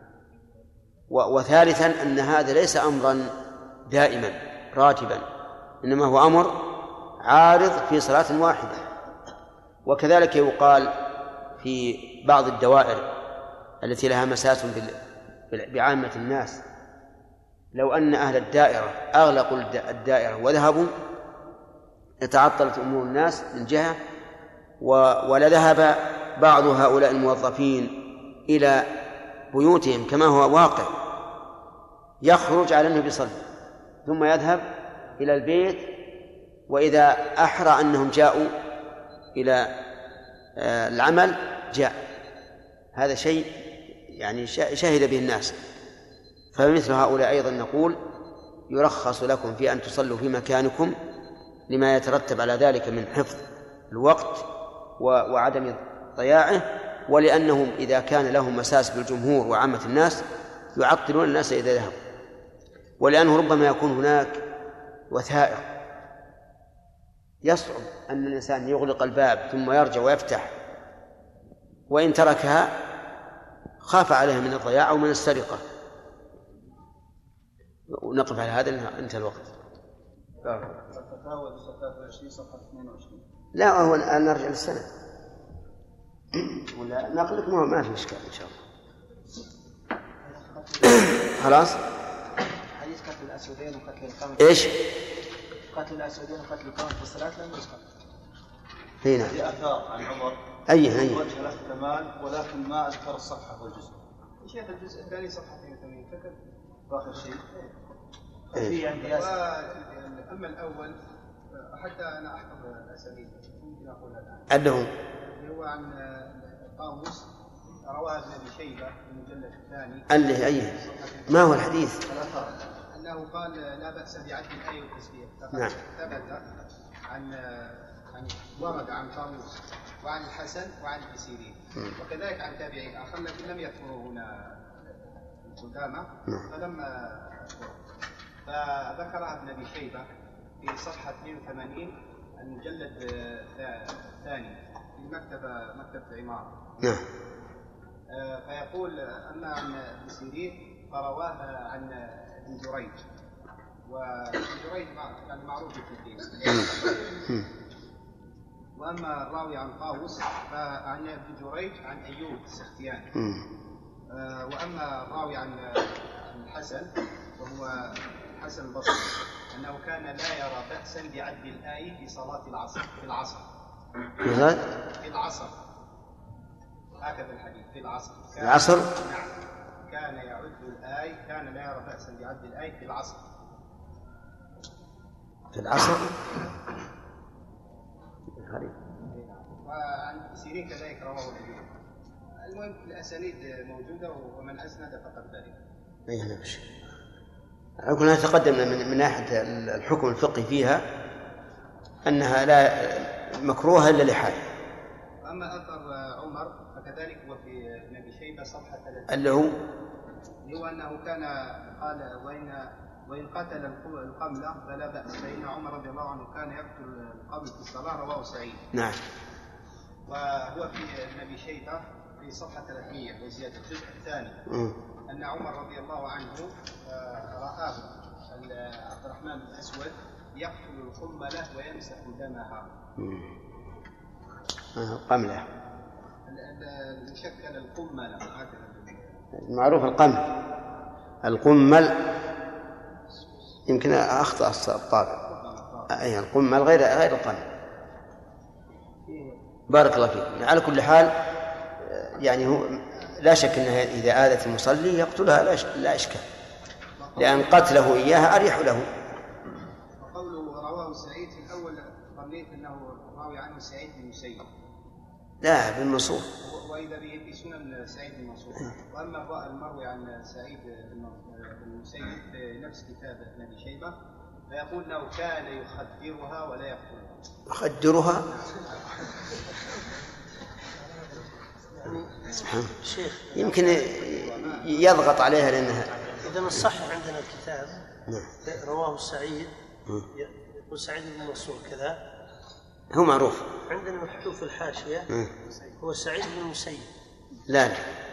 وثالثا أن هذا ليس أمرا دائما راتبا، إنما هو أمر عارض في صلاة واحدة. وكذلك يقال في بعض الدوائر التي لها مساس بعامة الناس، لو أن أهل الدائرة أغلقوا الدائرة وذهبوا لتعطلت أمور الناس من جهة، ولذهب بعض هؤلاء الموظفين إلى بيوتهم كما هو واقع، يخرج على أنه بيصلي ثم يذهب إلى البيت، وإذا أحرى أنهم جاءوا إلى العمل جاء. هذا شيء يعني شهد به الناس. فمثل هؤلاء أيضا نقول يرخص لكم في أن تصلوا في مكانكم لما يترتب على ذلك من حفظ الوقت وعدم ضياعه، ولأنهم إذا كان لهم مساس بالجمهور وعامة الناس يعطلون الناس إذا ذهبوا، ولأنه ربما يكون هناك وثائق يصعب أن الإنسان يغلق الباب ثم يرجع ويفتح، وإن تركها خاف عليها من الضياع أو من السرقة. ونقف على هذا انتهى الوقت. لا هو الآن نرجع للسنة ولا نقل لك ما في إشكال إن شاء الله. خلاص. حديث قتل الأسودين وقتل القوم. إيش؟ قتل الأسودين وقتل القوم في الصلاة لم يذكر. هنا. في آثار عن عمر. أي. وجه له كمال ولكن ما أذكر الصفحة والجزء. شيخ الجزء الثاني صفحة 82 فكر. آخر شيء. في عندي أما الأول حتى أنا أحفظ الأسانيد ممكن أقولها الآن. اللي هو عن طاووس رواه ابن أبي شيبة في المجلد الثاني. اللي أيه ما هو الحديث؟ أنه قال لا بأس بعد الآية والتسبيح. نعم. ثبت عن ورد عن طاووس وعن الحسن وعن ابن سيرين وكذلك عن تابعين آخر لكن لم يذكروا هنا القدامى. فلما فذكرها ابن أبي شيبة في صفحة 82 المجلد الثاني في مكتبة عمارة. فيقول أما عن ابن سيرين فرواها عن ابن جريج، وابن جريج يعني معروف في الدين. وأما الراوي عن طاووس فعن ابن جريج عن أيوب السختياني. وأما الراوي عن الحسن وهو حسن البصري أنه كان لا يرى بأسا بعد الآية في صلاة العصر في العصر. في العصر هكذا الحديث في العصر. العصر؟ نعم. كان يعد الآية كان لا يرى بأسا بعد الآية في العصر. في العصر؟ وعن سيرين كذلك رواه الجميع. المهم الأسانيد موجودة ومن أسند فقد ذلك. أي نعم. كنا نتقدم من ناحية الحكم الفقهي فيها أنها لا مكروهة إلا لحال. أما أثر عمر فكذلك هو في ابن أبي شيبة صفحة 30 اللي هو أنه كان قال وإن وإن قتل القمل فلا بأس، فإن عمر رضي الله عنه كان يقتل القمل في الصلاة، رواه سعيد. نعم. وهو في ابن شيبة في صفحة 300 وزيادة الجزء الثاني أن عمر رضي الله عنه رآه عبد الرحمن بن الأسود يقتل القملة ويمسح دمها. قملة مشكل القملة معروف القمل يمكن أخطأ الطابع. أي القمل غير القمل. بارك الله فيك. على كل حال يعني هو لا شك أنها إذا آذت المصلي يقتلها لا إشكال، لأن قتله إياها أريح له. وقوله رواه سعيد في الأول ظنيت أنه راوي عنه سعيد بن مسيب. لا، بن منصور. وإذا به في سنن سعيد بن منصور. وأما المروي عن سعيد بن مسيب في نفس كتاب ابن شيبة فيقول أنه كان يخدرها ولا يقتلها. يخدرها؟ شيخ يمكن يضغط عليها لأنها إذا الصح عندنا الكتاب رواه سعيد يقول سعيد بن منصور كذا، هو معروف عندنا مكتوب في الحاشية هو سعيد بن المسيب. لا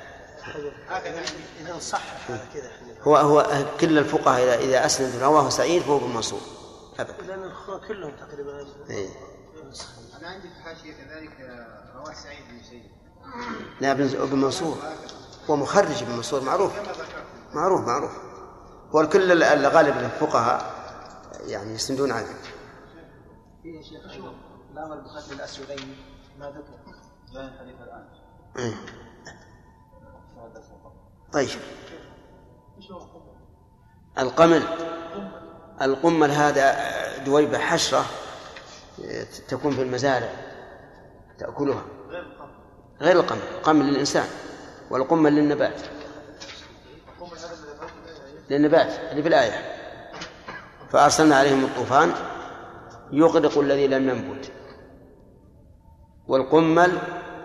إذا صح كذا. هو كل الفقهاء إذا أسند رواه سعيد فهو بن منصور أبدا، لأن الأخوة كلهم تقريبا. أنا عندي في الحاشية كذلك رواه سعيد بن مسيب. لا، ابن منصور هو مخرج ابن منصور معروف. هو كل الغالب الفقهاء يعني يسندون عنه. فيه شيخ أيضا الأمر بقتل الأسودين ما ذكر جاء الحديث الآن. طيب، القمل هذا دويبة حشرة تكون في المزارع تأكلها، غير القمل للإنسان، والقمل للنبات اللي في الآية فأرسلنا عليهم الطوفان يغرق الذي لم ينبت. والقمل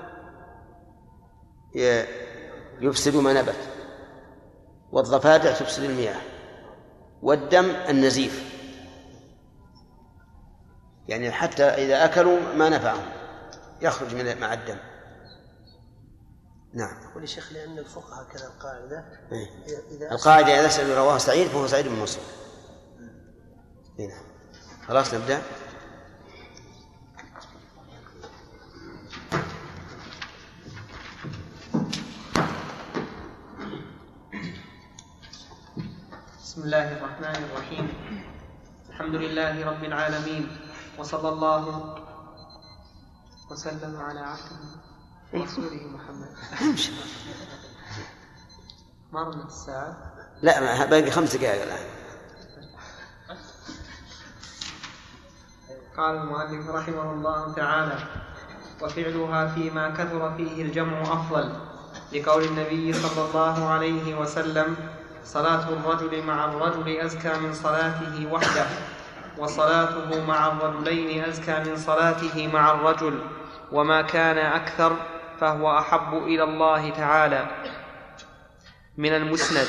يفسد ما نبت، والضفادع تفسد المياه، والدم النزيف، يعني حتى إذا أكلوا ما نفعهم يخرج مع الدم. نعم. يقول شيخ لأن الفقهاء كذا القاعدة إذا سأل رواه سعيد فهو سعيد بن منصور. نعم. خلاص نبدأ. بسم الله الرحمن الرحيم. الحمد لله رب العالمين، وصلى الله وسلم على عبده ورسوله محمد. مرت الساعة؟ لا، باقي 5 دقائق الآن. قال المؤلف رحمه الله تعالى: وفعلها فيما كثر فيه الجمع أفضل، لقول النبي صلى الله عليه وسلم: صلاة الرجل مع الرجل أزكى من صلاته وحده، وصلاته مع الرجلين أزكى من صلاته مع الرجل، وما كان أكثر فهو أحب إلى الله تعالى من المسند.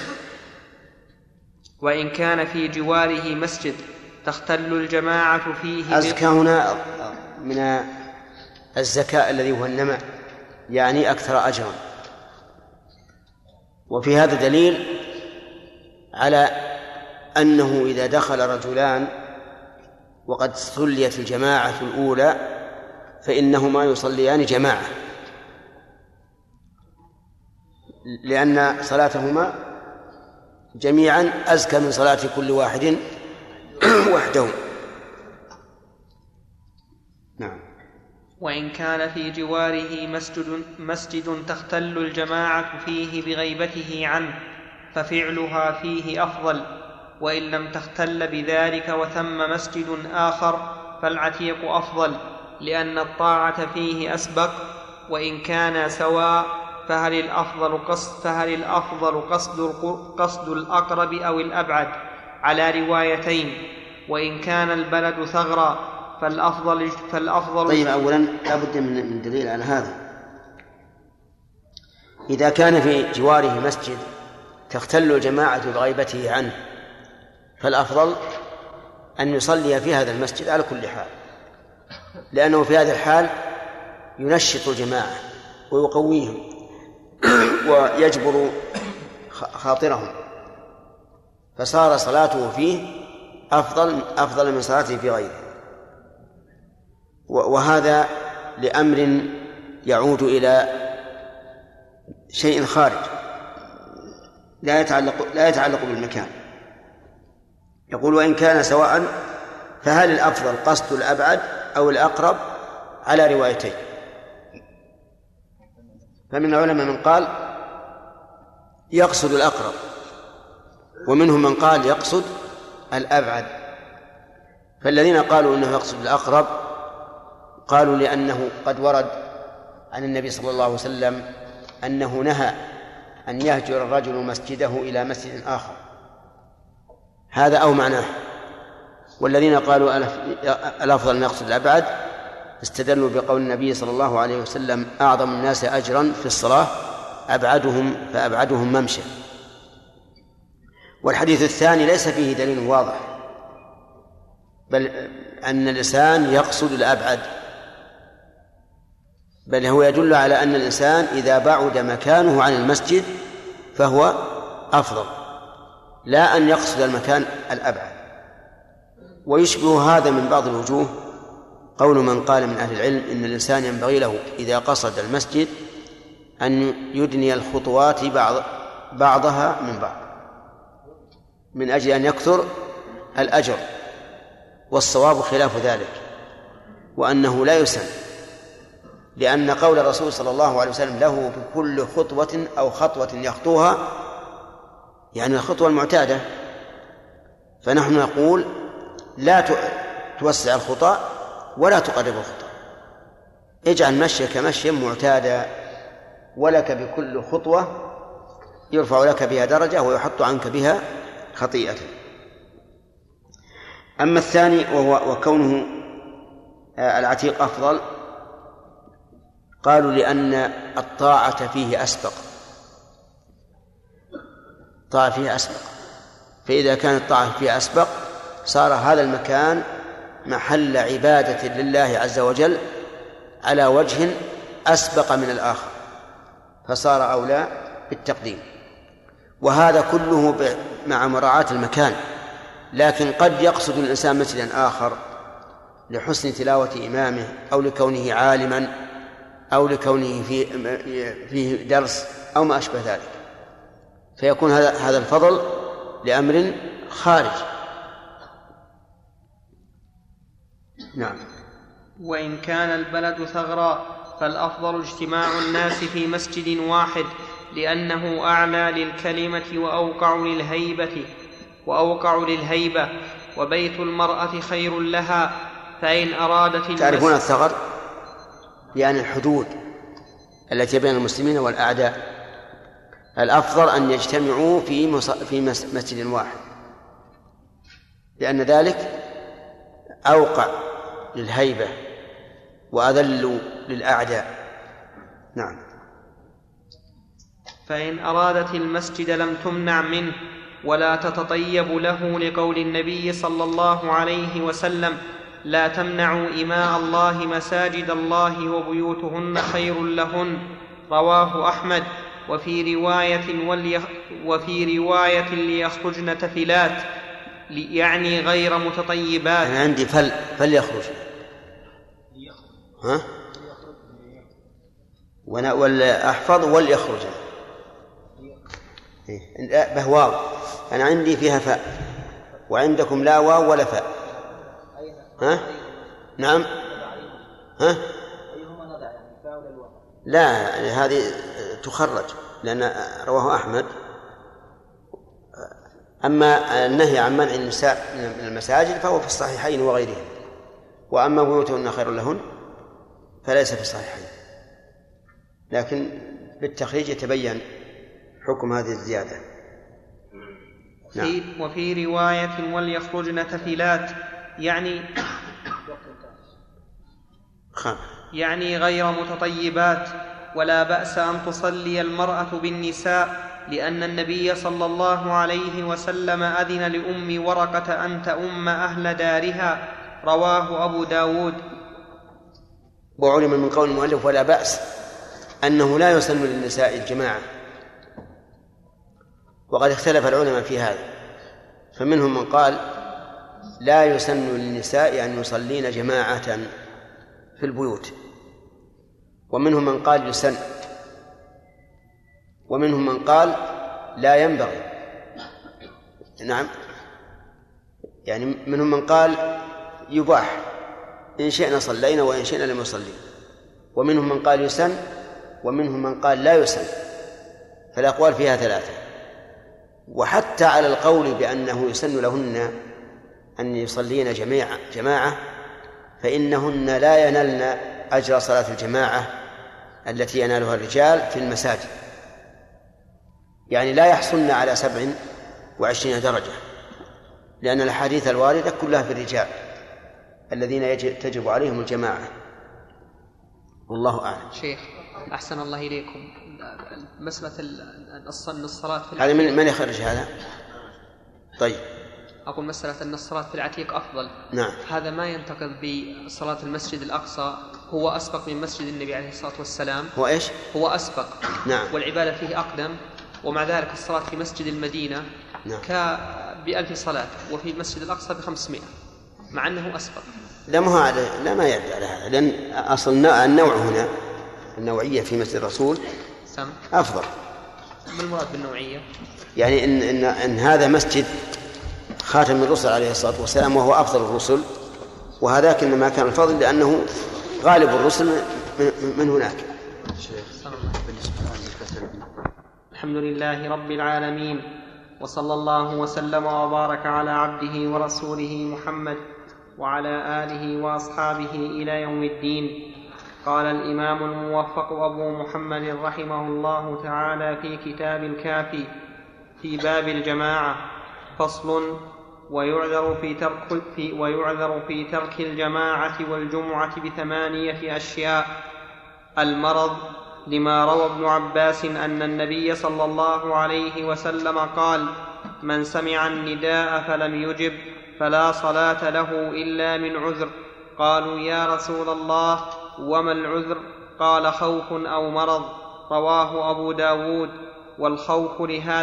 وإن كان في جواره مسجد تختل الجماعة فيه. أزكى هنا من الزكاة الذي هو النماء، يعني أكثر أجرا. وفي هذا دليل على أنه إذا دخل رجلان وقد صليت الجماعة الأولى فإنهما يصليان جماعة، لأن صلاتهما جميعا أزكى من صلاة كل واحد وحده. نعم. وإن كان في جواره مسجد تختل الجماعة فيه بغيبته عنه ففعلها فيه أفضل، وإن لم تختل بذلك وثم مسجد آخر فالعتيق أفضل، لأن الطاعة فيه أسبق. وإن كانا سواء فهل الأفضل قصد الأقرب أو الأبعد على روايتين. وإن كان البلد ثغرا فالأفضل. طيب، أولا لا بد من دليل على هذا. إذا كان في جواره مسجد تختل الجماعة بغيبته عنه فالأفضل أن يصلي في هذا المسجد على كل حال، لأنه في هذه الحال ينشط الجماعة ويقويهم ويجبر خاطرهم، فصار صلاته فيه أفضل من صلاته في غيره. وهذا لأمر يعود إلى شيء خارج لا يتعلق بالمكان. يقول: وإن كان سواء فهل الأفضل قصد الأبعد أو الأقرب؟ على روايتين. فمن العلماء من قال يقصد الأقرب، ومنهم من قال يقصد الأبعد. فالذين قالوا إنه يقصد الأقرب قالوا لأنه قد ورد عن النبي صلى الله عليه وسلم أنه نهى أن يهجر الرجل مسجده إلى مسجد آخر، هذا أو معناه. والذين قالوا الأفضل أن يقصد الأبعد استدلوا بقول النبي صلى الله عليه وسلم: أعظم الناس أجرا في الصلاة فأبعدهم ممشى. والحديث الثاني ليس فيه دليل واضح، بل أن الإنسان يقصد الأبعد، بل هو يدل على أن الإنسان إذا بعد مكانه عن المسجد فهو أفضل، لا أن يقصد المكان الأبعد. ويشبه هذا من بعض الوجوه قول من قال من أهل العلم إن الإنسان ينبغي له إذا قصد المسجد أن يدني الخطوات بعضها من بعض من أجل أن يكثر الأجر، والصواب خلاف ذلك، وأنه لا يسن، لأن قول الرسول صلى الله عليه وسلم له بكل خطوة أو خطوة يخطوها يعني الخطوة المعتادة، فنحن نقول لا توسع الخطى ولا تقرب الخطى، اجعل مشيك مشيا معتادا، ولك بكل خطوة يرفع لك بها درجة ويحط عنك بها خطيئة. أما الثاني وكونه العتيق أفضل، قالوا لأن الطاعة فيه أسبق، الطاعة فيه أسبق، فإذا كانت الطاعة فيه أسبق صار هذا المكان محل عبادة لله عز وجل على وجه أسبق من الآخر، فصار أولى بالتقديم. وهذا كله مع مراعاة المكان، لكن قد يقصد الإنسان مسجدا آخر لحسن تلاوة إمامه أو لكونه عالما أو لكونه فيه درس أو ما أشبه ذلك، فيكون هذا الفضل لأمر خارج. نعم. وإن كان البلد ثغرا فالأفضل اجتماع الناس في مسجد واحد، لأنه أعلى للكلمة وأوقع للهيبة، وبيت المرأة خير لها. فإن أرادت تعرفون الثغر يعني الحدود التي بين المسلمين والأعداء، الأفضل أن يجتمعوا في مسجد واحد، لأن ذلك أوقع للهيبة وأذل للأعداء. نعم. فإن أرادت المسجد لم تمنع منه ولا تتطيب له، لقول النبي صلى الله عليه وسلم: لا تمنعوا إماء الله مساجد الله وبيوتهن خير لهن. رواه أحمد. وفي رواية ليخرجن تفلات، يعني غير متطيبات. أنا عندي فليخرج، ها؟ والأحفظ وليخرج بهواو، أنا عندي فيها فاء وعندكم لا واو ولا فاء. ها؟ نعم. ها؟ لا، هذه تخرج لأن رواه أحمد. أما النهي عن منع النساء من المساجد فهو في الصحيحين وغيرهم، وأما بيوتهن خير لهن فليس في الصحيحين، لكن بالتخريج يتبين حكم هذه الزيادة. نعم. وفي رواية وليخرجن تفلات، يعني غير متطيبات. ولا بأس أن تصلي المرأة بالنساء لأن النبي صلى الله عليه وسلم أذن لأم ورقة أن تؤم أهل دارها. رواه أبو داود. وعلم من قول المؤلف ولا بأس أنه لا يسن للنساء الجماعة، وقد اختلف العلماء في هذا، فمنهم من قال لا يسن للنساء أن يصلين جماعة في البيوت، ومنهم من قال يسن، ومنهم من قال لا ينبغي. نعم، يعني منهم من قال يباح إن شئنا صلينا وإن شئنا لم يصلي، ومنهم من قال يسن، ومنهم من قال لا يسن، فالأقوال فيها ثلاثة. وحتى على القول بأنه يسن لهن أن يصلين جماعة فإنهن لا ينالن أجر صلاة الجماعة التي ينالها الرجال في المساجد، يعني لا يحصلن على 27 درجة، لأن الأحاديث الواردة كلها في الرجال الذين تجب عليهم الجماعة. والله أعلم. شيخ أحسن الله إليكم، مسألة الصلاة في هذا من يخرج هذا؟ طيب، أقول مسألة أن الصلاة في العتيق أفضل. نعم. هذا ما ينتقض بصلاة المسجد الأقصى، هو أسبق من مسجد النبي عليه الصلاة والسلام. هو إيش؟ هو أسبق. نعم. والعبادة فيه أقدم، ومع ذلك الصلاة في مسجد المدينة نعم. ب1000 صلاة، وفي المسجد الأقصى ب500، مع أنه أسبق. لا ما يرد على هذا، لأن أصل النوع هنا النوعية في مسجد الرسول أفضل. ما المراد بالنوعية؟ يعني إن هذا مسجد خاتم الرسل عليه الصلاة والسلام وهو أفضل الرسل، وهذاك إنما كان الفضل لأنه غالب الرسل من هناك. الحمد لله رب العالمين، وصلى الله وسلم وبارك على عبده ورسوله محمد وعلى آله وأصحابه إلى يوم الدين. قال الإمام الموفق أبو محمد رحمه الله تعالى في كتاب الكافي في باب الجماعة: فصل: ويعذر في ترك الجماعة والجمعة ب8 أشياء: المرض، لما روى ابن عباس أن النبي صلى الله عليه وسلم قال: من سمع النداء فلم يجب فلا صلاة له إلا من عذر. قالوا: يا رسول الله، وما العذر؟ قال: خوف أو مرض. رواه أبو داود. والخوف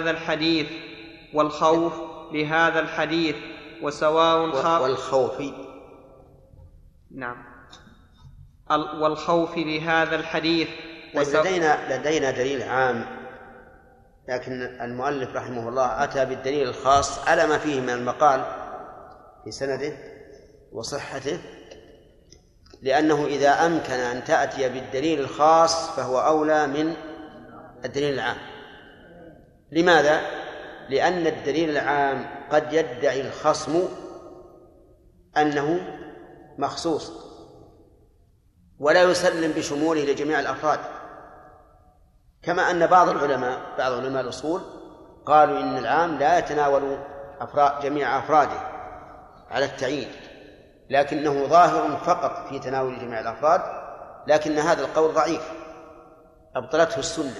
لهذا الحديث وسواء والخوف نعم والخوف لهذا الحديث لدينا دليل عام، لكن المؤلف رحمه الله أتى بالدليل الخاص على ما فيه من المقال في سنده وصحته، لأنه إذا أمكن أن تأتي بالدليل الخاص فهو أولى من الدليل العام. لماذا؟ لأن الدليل العام قد يدعي الخصم أنه مخصوص ولا يسلم بشموله لجميع الأفراد، كما أن بعض علماء الأصول قالوا إن العام لا يتناول جميع أفراده على التعيين، لكنه ظاهر فقط في تناول جميع الأفراد، لكن هذا القول ضعيف أبطلته السنة.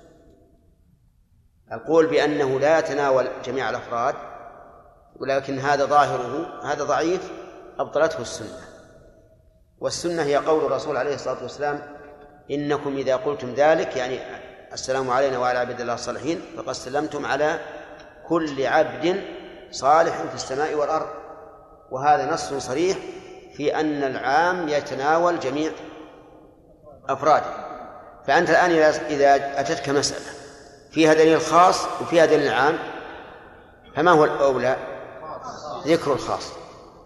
القول بأنه لا يتناول جميع الأفراد ولكن هذا ظاهره هذا ضعيف أبطلته السنة. والسنة هي قول الرسول عليه الصلاة والسلام: إنكم إذا قلتم ذلك، يعني السلام علينا وعلى عباد الله الصالحين، فقد سلمتم على كل عبد صالح في السماء والأرض. وهذا نص صريح في أن العام يتناول جميع أفراده. فأنت الآن إذا أتتك مسألة فيها دليل خاص وفيها دليل عام، فما هو الأولى؟ ذكر الخاص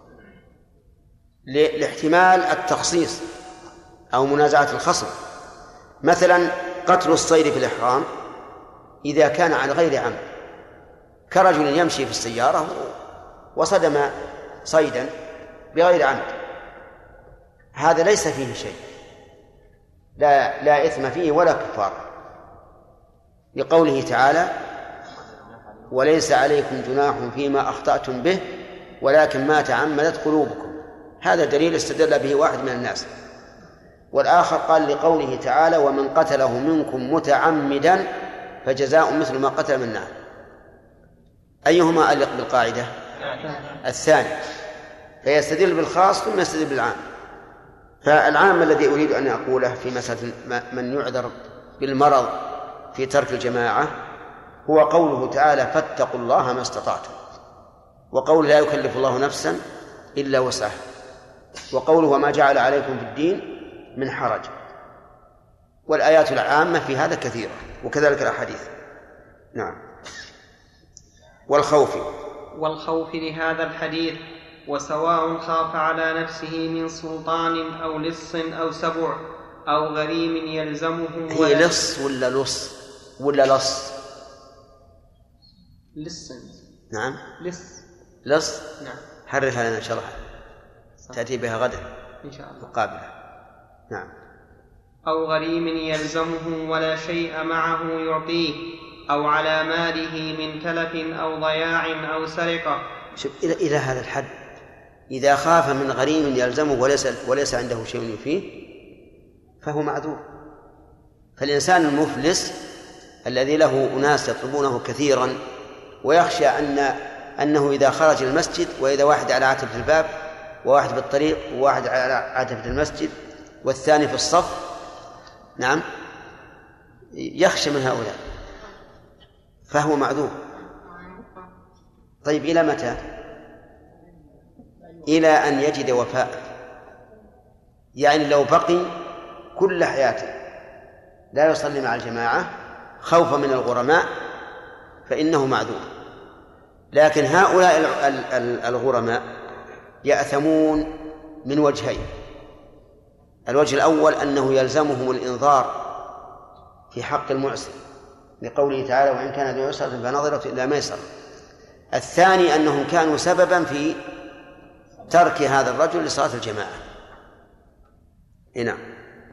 لاحتمال التخصيص أو منازعة الخصم. مثلا قتل الصيد في الإحرام إذا كان عن غير عمد، كرجل يمشي في السيارة وصدم صيدا بغير عمد، هذا ليس فيه شيء، لا إثم فيه ولا كفارة، لقوله تعالى: وليس عليكم جناح فيما أخطأتم به ولكن ما تعمدت قلوبكم. هذا دليل استدل به واحد من الناس. والآخر قال لقوله تعالى: ومن قتله منكم متعمدا فجزاء مثل ما قتل من نعم. أيهما أليق بالقاعدة؟ الثاني، فيستدل بالخاص ثم يستدل بالعام. فالعام الذي أريد أن أقوله في مسألة من يعذر بالمرض في ترك الجماعة هو قوله تعالى فاتقوا الله ما استطعتم، وقول لا يكلف الله نفسا إلا وسعها، وقوله وما جعل عليكم في الدين من حرج. والآيات العامة في هذا كثيرة، وكذلك الأحاديث. نعم. والخوف لهذا الحديث وسواء خاف على نفسه من سلطان أو لص أو سبع أو غريم يلزمه. هي لص ولا لص ولا لص؟ لص. نعم لص. نعم. حرفها لنا شرحا تأتي بها غدا إن شاء الله مقابلة. نعم. أو غريم يلزمه ولا شيء معه يعطيه، أو على ماله من تلف أو ضياع أو سرقة. شوف إلى هذا الحد، إذا خاف من غريم يلزمه وليس عنده شيء يفيه فهو معذور. فالإنسان المفلس الذي له أناس يطلبونه كثيرا ويخشى أنه إذا خرج المسجد وإذا واحد على عتبة الباب وواحد بالطريق وواحد على عتبة المسجد والثاني في الصف، نعم، يخشى من هؤلاء فهو معذور. طيب إلى متى؟ إلى أن يجد وفاء، يعني لو بقي كل حياته لا يصلي مع الجماعة خوفا من الغرماء فإنه معذور. لكن هؤلاء الغرماء يأثمون من وجهين. الوجه الأول أنه يلزمهم الإنذار في حق المعسر لقوله تعالى وإن كان ذو عسرة فنظرة إلى ميسر. الثاني أنهم كانوا سببا في ترك هذا الرجل لصلاة الجماعة. نعم.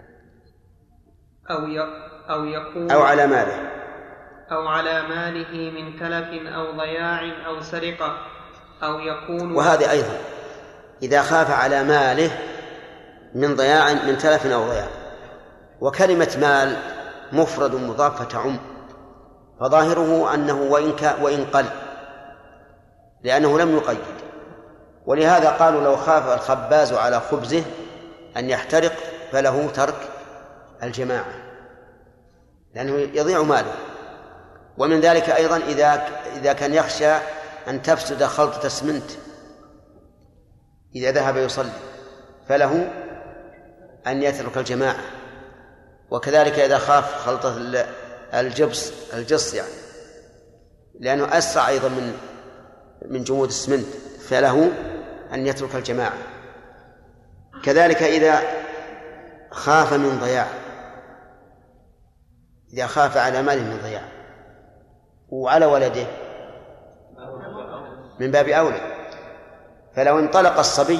أو على ماله من تلف أو ضياع أو سرقة أو يكون. وهذا أيضا إذا خاف على ماله من ضياع من تلف أو ضياع، وكلمة مال مفرد مضاف فتعم، فظاهره أنه وإن قل لأنه لم يقيد. ولهذا قالوا لو خاف الخباز على خبزه أن يحترق فله ترك الجماعة لأنه يضيع ماله. ومن ذلك أيضا إذا كان يخشى أن تفسد خلطة اسمنت إذا ذهب يصلي فله أن يترك الجماعة. وكذلك إذا خاف خلطة الجص يعني لأنه أسرع أيضا من جمود السمنت فله أن يترك الجماعة. كذلك إذا خاف من ضياع، إذا خاف على ماله من ضياع وعلى ولده من باب أولى. فلو انطلق الصبي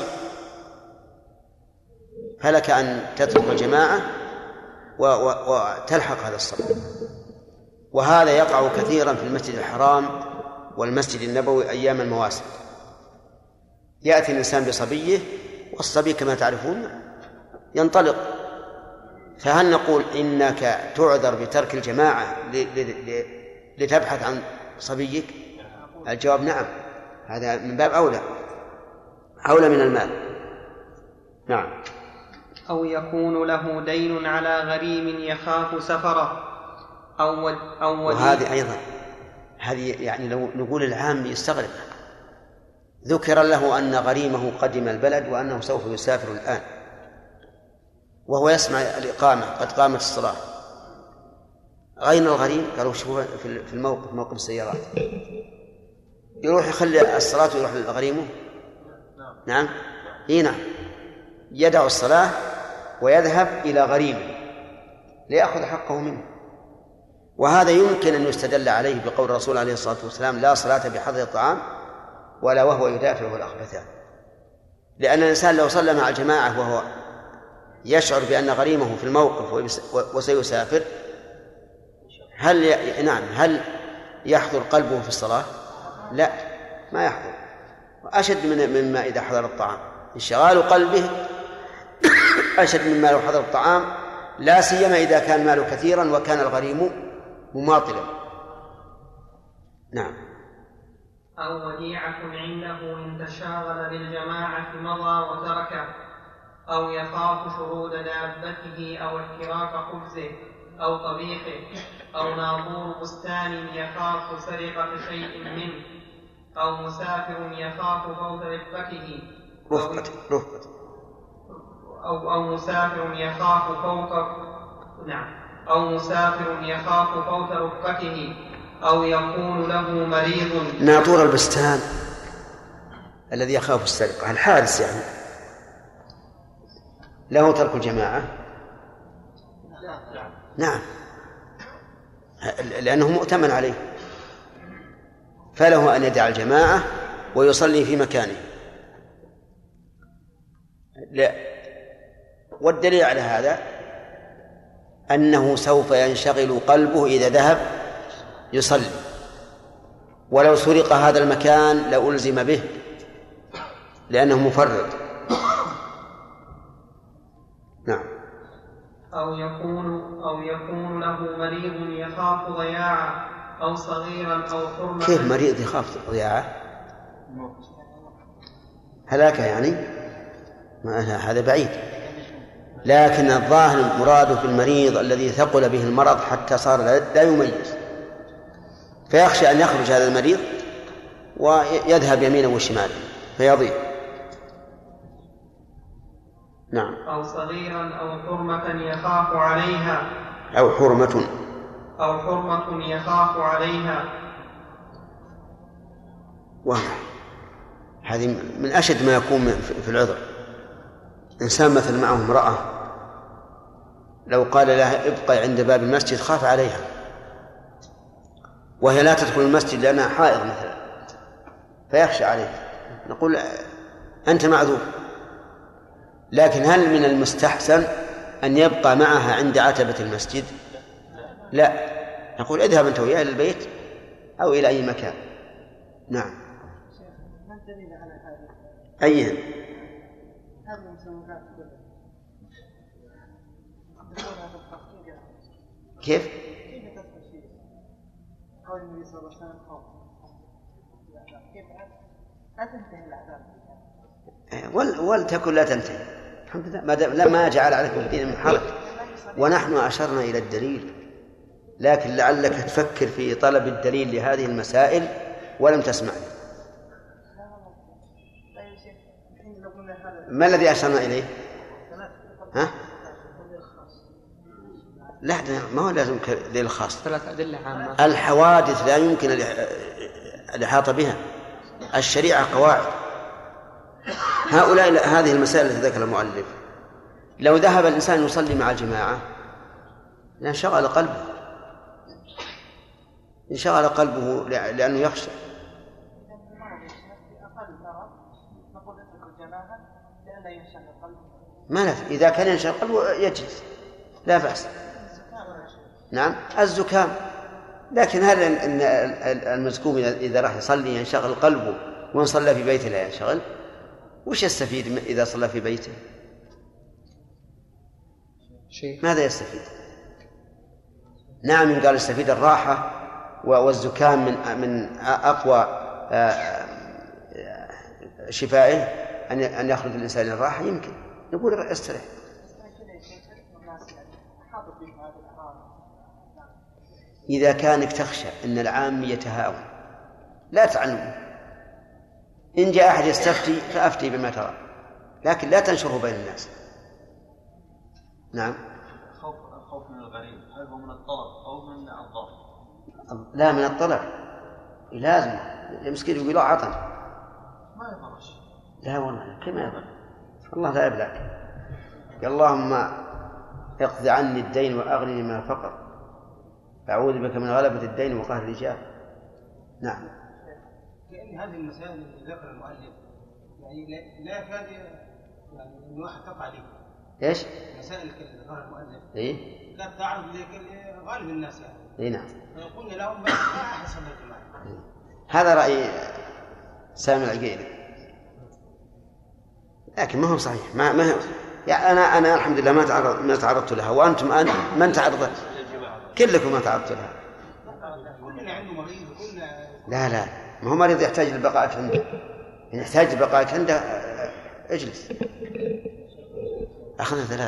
فلك أن تترك الجماعة وتلحق هذا الصبي. وهذا يقع كثيرا في المسجد الحرام والمسجد النبوي أيام المواسم. يأتي الإنسان بصبيه والصبي كما تعرفون ينطلق، فهل نقول إنك تعذر بترك الجماعة لتبحث عن صبيك؟ الجواب نعم، هذا من باب أولى من المال. نعم. أو يكون له دين على غريم يخاف سفره أو وهذه أيضا هذه يعني لو نقول العام يستغرب. ذكر له أن غريمه قدم البلد وأنه سوف يسافر الآن وهو يسمع الإقامة قد قامت الصلاة. أين الغريم؟ قالوا شوفوا في الموقف، موقف السيارات، يروح يخلي الصلاة ويروح لغريمه. نعم. نعم، يدع الصلاة ويذهب إلى غريمه ليأخذ حقه منه. وهذا يمكن أن يستدل عليه بقول الرسول عليه الصلاة والسلام لا صلاة بحضر الطعام ولا وهو يدافعه الأخبثان. لأن الإنسان لو صلى مع الجماعة وهو يشعر بأن غريمه في الموقف وسيسافر هل يحضر قلبه في الصلاة؟ لا، ما يحضر. أشد مما إذا حضر الطعام. انشغال قلبه أشد مما لو حضر الطعام، لا سيما إذا كان ماله كثيرا وكان الغريم مماطلا. نعم. أو وديعة عنده إن تشاغل بالجماعة مضى وتركه، أو يخاف شرود دابته أو احتراق خبزه أو طبيخه، أو ناظور بستان يخاف سرقة شيء منه، أو مسافر يخاف فوت رفقته أو مسافر يخاف فوت رفقته، أو يكون له مريض. ناظور البستان الذي يخاف السرقة الحارس يعني له ترك الجماعة؟ نعم، لأنه مؤتمن عليه، فله أن يدع الجماعة ويصلي في مكانه. لا، والدليل على هذا أنه سوف ينشغل قلبه إذا ذهب يصلي، ولو سرق هذا المكان لألزم به لأنه مفرط. نعم. أو يكون له مريض يخاف ضياعه، أو صغيرا أو حرمة. كيف مريض يخاف ضياعه؟ هلاكه يعني؟ ما هذا بعيد، لكن الظاهر مراده في المريض الذي ثقل به المرض حتى صار لا يميز، فيخشى أن يخرج هذا المريض ويذهب يمينا وشمالا فيضيع. نعم. أو صغيرا أو حرمة يخاف عليها، أو حرمة يخاف عليها. هذه من أشد ما يكون في العذر. إنسان مثل معه امرأة لو قال لها ابقي عند باب المسجد خاف عليها، وهي لا تدخل المسجد لأنها حائض مثلا، فيخشى عليها، نقول أنت معذور. لكن هل من المستحسن أن يبقى معها عند عتبة المسجد؟ لا، نقول اذهب أنت وياه إلى البيت أو إلى أي مكان. نعم. ما الدليل على هذا؟ أيها؟ هذه المسلمات كيف؟ كيف تدخل شيء؟ قول النبي صلى الله عليه وسلم خوف، كيف لا تنتهي الأعداد؟ ولتكن لا تنتهي. الحمد لله ما جعل عليكم الدين من حرج، ونحن أشرنا إلى الدليل، لكن لعلك تفكر في طلب الدليل لهذه المسائل ولم تسمع. ما الذي أشرنا إليه؟ ها؟ لا، ما هو لازم دليل خاص. 3 أدلة عامة. الحوادث لا يمكن الإحاطة بها، الشريعة قواعد. هؤلاء هذه المسائل التي ذكر المؤلف لو ذهب الإنسان يصلي مع الجماعة لانشغل قلبه لأنه يخشى. ما لا، إذا كان ينشغل قلبه يجلس لا بأس. نعم، الزكام. لكن هل إن المزكوم إذا راح يصلي ينشغل قلبه وإن صلى في بيته لا ينشغل؟ وش يستفيد إذا صلى في بيته؟ ماذا يستفيد؟ نعم، قال يستفيد الراحة والزكام من أقوى شفائه أن يخرج الإنسان الراحة، يمكن نقول استريح. إذا كانك تخشى أن العام يتهاون لا تعلمه. إن جاء أحد يستفتي فأفتي بما ترى، لكن لا تنشره بين الناس. نعم. خوف من الغريب، هل هو من الطلب أو من الضرر؟ لا، من الطلب. لازم المسكين يقول عطن ما يضرش. لا والله كما يضر، الله لا يبلاك. اللهم اقض عني الدين وأغنني من الفقر، أعوذ بك من غلبة الدين وقهر الرجال. نعم. لأن هذه المسائل اللي ذكر المؤلف يعني لا يكاد يعني أن واحد تقع عليه. إيش؟ مسائل اللي ذكرها المؤلف. إيه؟ لا تعرض لغالب الناس يعني. إيه نعم. فيقولنا لهم ما أحسن الجماعة. هذا رأي سامي العقيلي، لكن ما هو صحيح. ما يعني أنا الحمد لله ما تعرضت لها، وأنتم من تعرضت؟ كلكم ما تعرضت لها. كلنا عنده مريض وكلنا لا ما هو مريض يحتاج لبقائك عنده، إن يحتاج لبقائك عنده اجلس. أخذنا 3.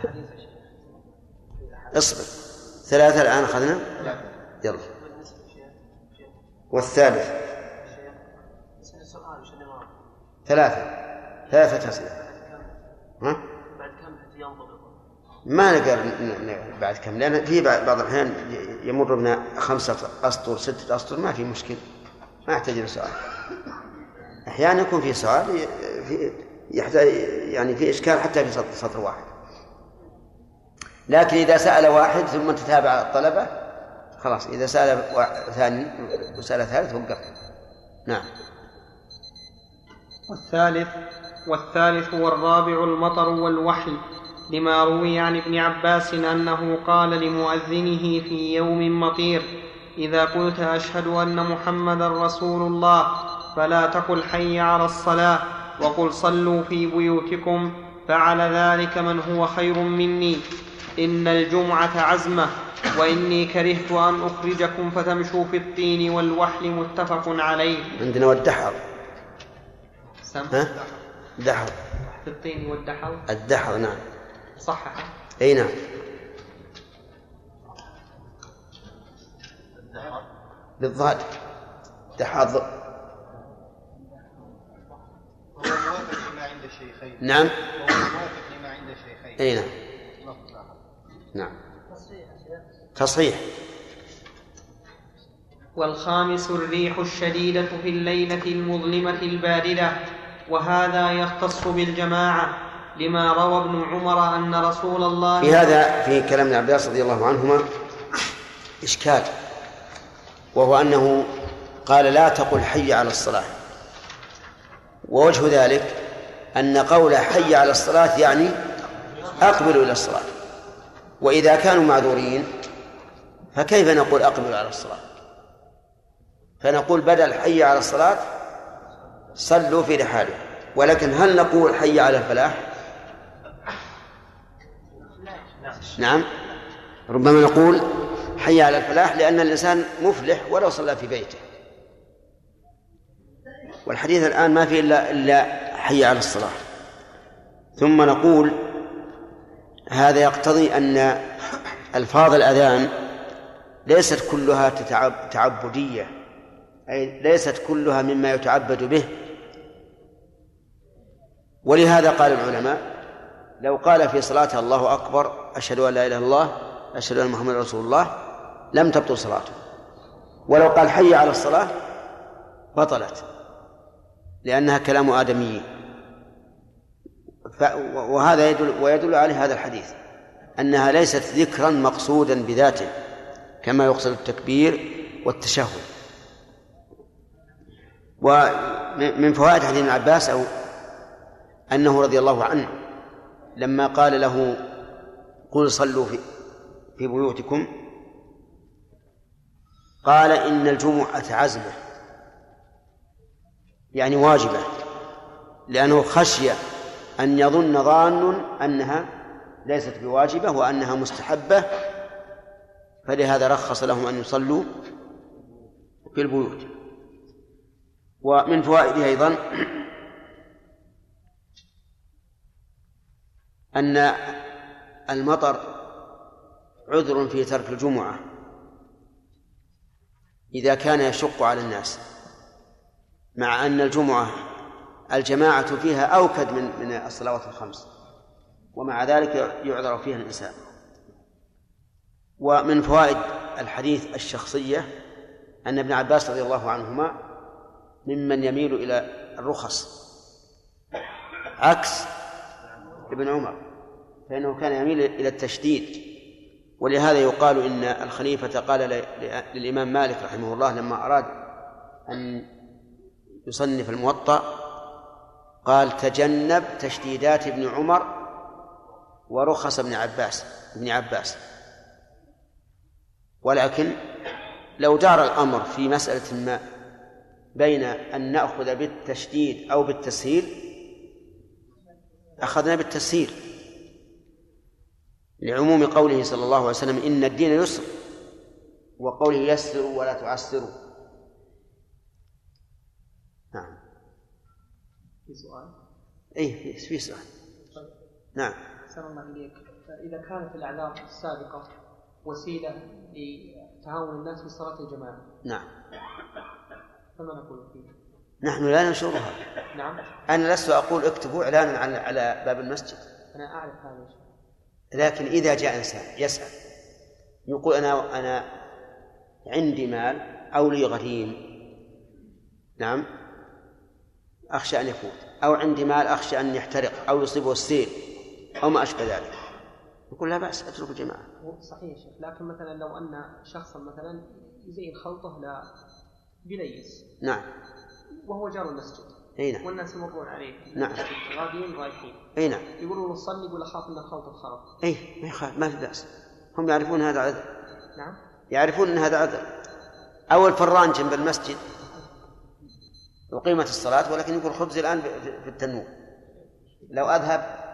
اصبر 3 الآن أخذنا. يلا. والثالث 3 أسئلة. ها؟ ما نقدر بعد كم، لأن في بعض الأحيان يمر بنا 5 أسطر 6 أسطر، ما في مشكلة، ما يحتاج إلى سؤال. أحيانا يكون في سؤال يحتاج يعني في إشكال حتى في سطر واحد، لكن إذا سأل واحد ثم تتابع الطلبة خلاص، إذا سأل ثاني وسأل ثالث وقف. نعم. والثالث والرابع المطر والوحل، لما روي عن ابن عباس أنه قال لمؤذنه في يوم مطير: إذا قلت أشهد أن محمدا رسول الله فلا تقل حي على الصلاة، وقل صلوا في بيوتكم، فعل ذلك من هو خير مني. إن الجمعة عزمة، وإني كرهت أن أخرجكم فتمشوا في الطين والوحل. متفق عليه. عندنا والدحر. ها؟ دحر في الطين والدحر. الدحر نعم. صح. أي نعم. بالضاد دحر. هو موافق لما عند الشيخين. نعم. هو موافق لما عند الشيخين. أي نعم. نعم. تصحيح. والخامس الريح الشديدة في الليلة المظلمة الباردة، وهذا يختص بالجماعة، لما روى ابن عمر أن رسول الله في هذا في كلام ابن عباس رضي الله عنهما إشكال، وهو أنه قال لا تقل حي على الصلاة، ووجه ذلك أن قول حي على الصلاة يعني أقبلوا إلى الصلاة، وإذا كانوا معذورين فكيف نقول أقبلوا على الصلاة؟ فنقول بدل حي على الصلاة صلوا في رحالكم. ولكن هل نقول حي على الفلاح؟ نعم، ربما نقول حي على الفلاح لأن الإنسان مفلح ولو صلى في بيته، والحديث الآن ما فيه إلا حي على الصلاة. ثم نقول هذا يقتضي أن ألفاظ الأذان ليست كلها تعبدية، أي ليست كلها مما يتعبد به. ولهذا قال العلماء لو قال في صلاته الله أكبر أشهد أن لا إله إلا الله أشهد أن محمدا رسول الله لم تبطل صلاته، ولو قال حي على الصلاة بطلت، لأنها كلام آدمي. وهذا ويدل عليه هذا الحديث أنها ليست ذكرا مقصودا بذاته كما يقصد التكبير والتشهد. ومن فوائد حديث ابن عباس أنه رضي الله عنه لما قال له قل صلوا في بيوتكم قال إن الجمعة عزمة، يعني واجبة، لأنه خشي أن يظن ظان أنها ليست بواجبة وأنها مستحبة، فلهذا رخص لهم أن يصلوا في البيوت. ومن فوائده أيضا أن المطر عذر في ترك الجمعة إذا كان يشق على الناس، مع أن الجماعة فيها أوكد من الصلوات الخمس، ومع ذلك يعذر فيها الإنسان. ومن فوائد الحديث الشخصية أن ابن عباس رضي الله عنهما ممن يميل إلى الرخص عكس ابن عمر، فإنه كان يميل إلى التشديد. ولهذا يقال إن الخليفة قال للإمام مالك رحمه الله لما أراد أن يصنف الموطأ قال تجنب تشديدات ابن عمر ورخص ابن عباس. ولكن لو دار الأمر في مسألة ما بين أن نأخذ بالتشديد أو بالتسهيل أخذنا بالتسهيل لعموم قوله صلى الله عليه وسلم إن الدين يسر، وقوله يسر ولا تعسروا. نعم. في سؤال؟ إيه في سؤال. نعم. أحسن الله إليك. إذا كانت الأعذار السابقة وسيلة لتهاون الناس في صلاة الجماعة. نعم. فما نقول فيه؟ نحن لا ننشرها. نعم. أنا لست أقول اكتبوا إعلانا على باب المسجد. أنا أعرف هذا. لكن إذا جاء إنسان يسأل يقول أنا عندي مال أو لي غريم، نعم، أخشى أن يفوت، أو عندي مال أخشى أن يحترق أو يصيبه السيل أو ما أشبه ذلك، يقول لا بأس أترك الجماعة. صحيح شيخ، لكن مثلا لو أن شخصا مثلا يزين خلطه لا بليس، نعم، وهو جار المسجد، نعم، والناس يمرون عليه، نعم، غاديين رايحين، نعم، يقولوا له صلي، يقول أخاف أن الخلط خرب. ما يخاف، ما في بأس، هم يعرفون هذا عذر. نعم، يعرفون أن هذا عذر. أو الفران جنب المسجد وقيمة الصلاة، ولكن يقول خبز الآن في التنور، لو أذهب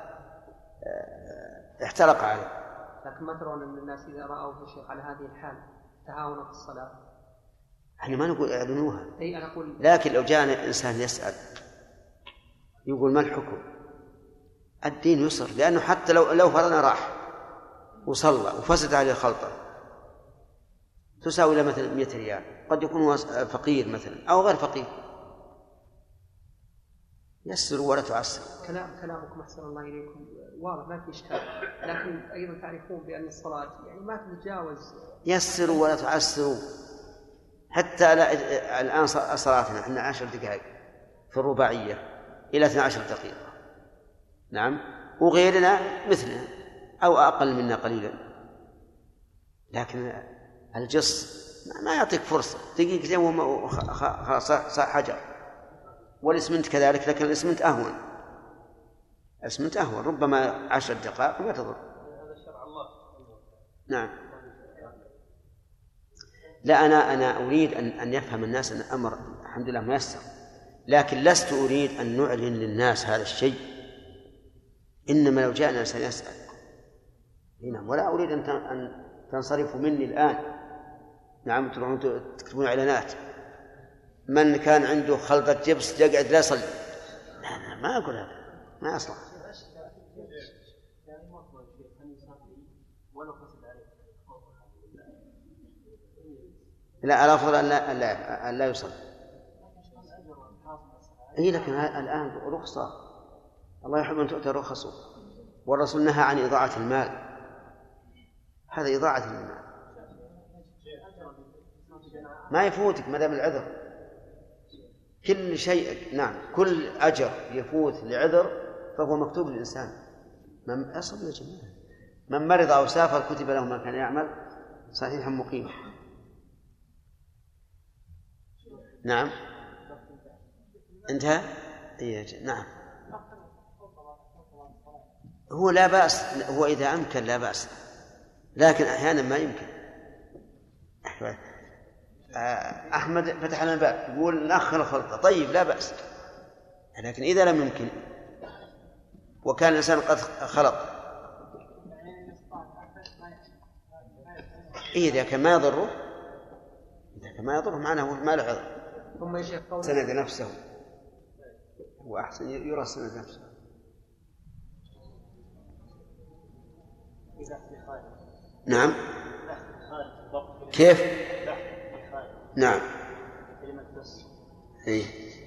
احترق عليه. لكن ما ترون أن الناس إذا رأوه الشيخ على هذه الحال تهاونوا في الصلاة؟ احنا ما نقول اعلنوها، أنا أقول لكن لو جاء إنسان يسأل يقول ما الحكم؟ الدين يسر، لأنه حتى لو فرضنا راح وصلى وفسد عليه الخلطة تساوي له مثلا 100 ريال، قد يكون هو فقير مثلا أو غير فقير، يسر ولا تعسر. كلامكم أحسن الله إليكم واضح، ما في إشكال، لكن أيضا تعرفون بأن الصلاة يعني ما تتجاوز. يسر ولا تعسر، حتى الآن صلاتنا احنا 10 دقائق في الرباعية إلى 12 دقيقة، نعم، وغيرنا مثلنا أو أقل منا قليلا، لكن الجص ما يعطيك فرصة دقيقتين وخلاص حجر. والإسمنت كذلك، لكن الإسمنت أهون، ربما 10 دقائق ما تضر. نعم. لا، أنا أريد أن يفهم الناس أن الأمر الحمد لله ميسر، لكن لست أريد أن نعلن للناس هذا الشيء، إنما لو جاءنا سنسأل. نعم. ولا أريد أن تنصرفوا مني الآن، نعم، تروحون تكتبون إعلانات من كان عنده خلطة جبس يقعد لا يصلي. لا ما أقول هذا، ما أصلح. لا، الأفضل أن لا يصلي. لكن الآن رخصة، الله يحب أن تؤتى رخصه، والرسول نهى عن إضاعة المال، هذا إضاعة المال ما يفوتك ما دام العذر، كل شيء، نعم، كل أجر يفوت لعذر فهو مكتوب للإنسان. من أصل يا جماعة، من مرض أو سافر كتب له ما كان يعمل صحيحا مقيما. نعم، انتهى. نعم، هو لا بأس، هو إذا أمكن لا بأس، لكن أحيانا ما يمكن. أحمد فتح لنا الباب يقول نأخر الخلطة، طيب لا بأس، لكن إذا لم يمكن وكان الإنسان قد خلط، إذا كان ما يضره، معناه ما له عذر. سند نفسه وأحسن يرى سند نفسه. نعم. كيف؟ نعم. إيه.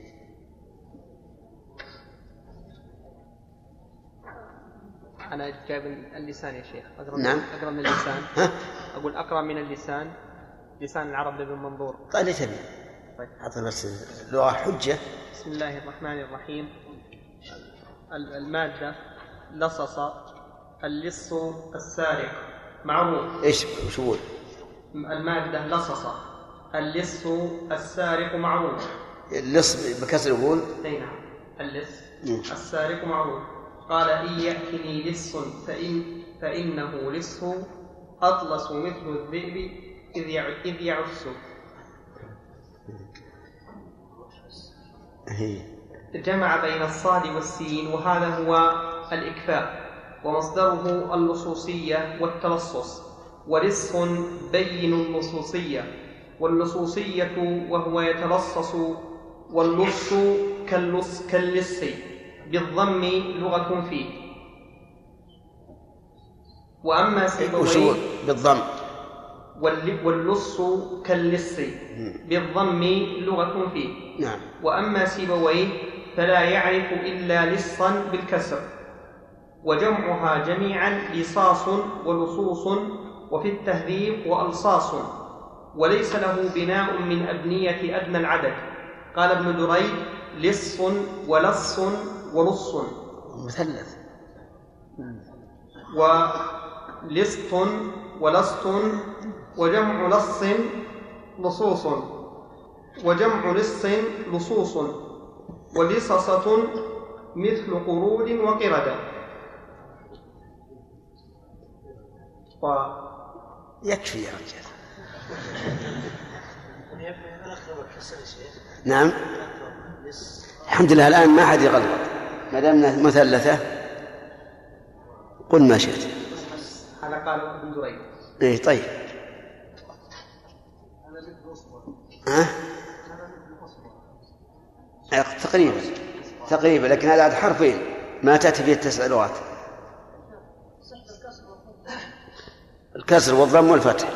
أنا جايب اللسان يا شيخ. نعم. أقرأ من اللسان. أقول أقرأ من اللسان، لسان العرب لابن منظور. طيب ليش تبي؟ هذا بس لغة حجة. بسم الله الرحمن الرحيم. المادة لصص، اللص السارق معروف. إيش هو؟ المادة لصص، اللص السارق معروف. اللص بكسر يقول. نعم، اللص السارق معروف. قال إن يأتني لص فإنه لص أطلس مثل الذئب إذ يعس. جمع بين الصاد والسين، وهذا هو الإكفاء، ومصدره اللصوصية والتلصص، ولص بين اللصوصية، واللصوصية وهو يتلصص واللص كاللص بالضم لغة فيه. وأما سيبويه بالضم واللص كاللص بالضم لغة فيه. نعم. وأما سيبويه فلا يعرف إلا لصا بالكسر، وجمعها جميعا لصاص ولصوص، وفي التهذيب وألصاص، وليس له بناء من أبنية أدنى العدد. قال ابن دريد: لص ولص ولص مثلث، ولص ولص، وجمع لص لصوص، وجمع لص لصوص، ولصصة مثل قرود وقردة. يكفي يا رجال. نعم الحمد لله الآن ما حد يغلط ما دامنا مثلثة. قل ما شئت. هذا قال ابن دريد. إيه طيب. تقريبا لكن هذا عاد حرفين ما تأتي فيه 9 لغات: الكسر والضم والفتح.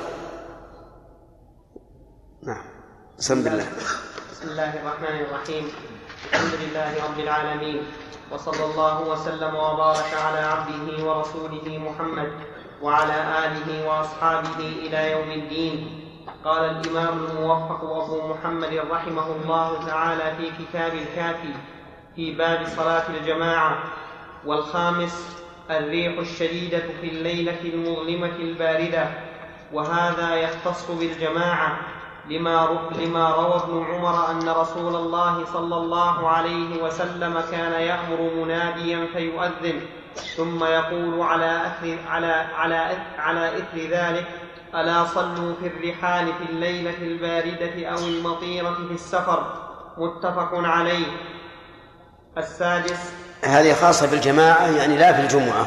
نعم. بسم الله. بسم الله الرحمن الرحيم. الحمد لله رب العالمين، وصلى الله وسلم وبارك على عبده ورسوله محمد وعلى آله وأصحابه إلى يوم الدين. قال الإمام الموفق أبو محمد رحمه الله تعالى في كتاب الكافي في باب صلاة الجماعة: والخامس الريح الشديدة في الليلة المظلمة الباردة، وهذا يختص بالجماعة لما روى ابن عمر أن رسول الله صلى الله عليه وسلم كان يأمر مناديا فيؤذن ثم يقول على إثر ذلك: ألا صلوا في الرحال في الليلة الباردة أو المطيرة في السفر. متفق عليه. السادس. هذه خاصة بالجماعة يعني لا في الجمعة.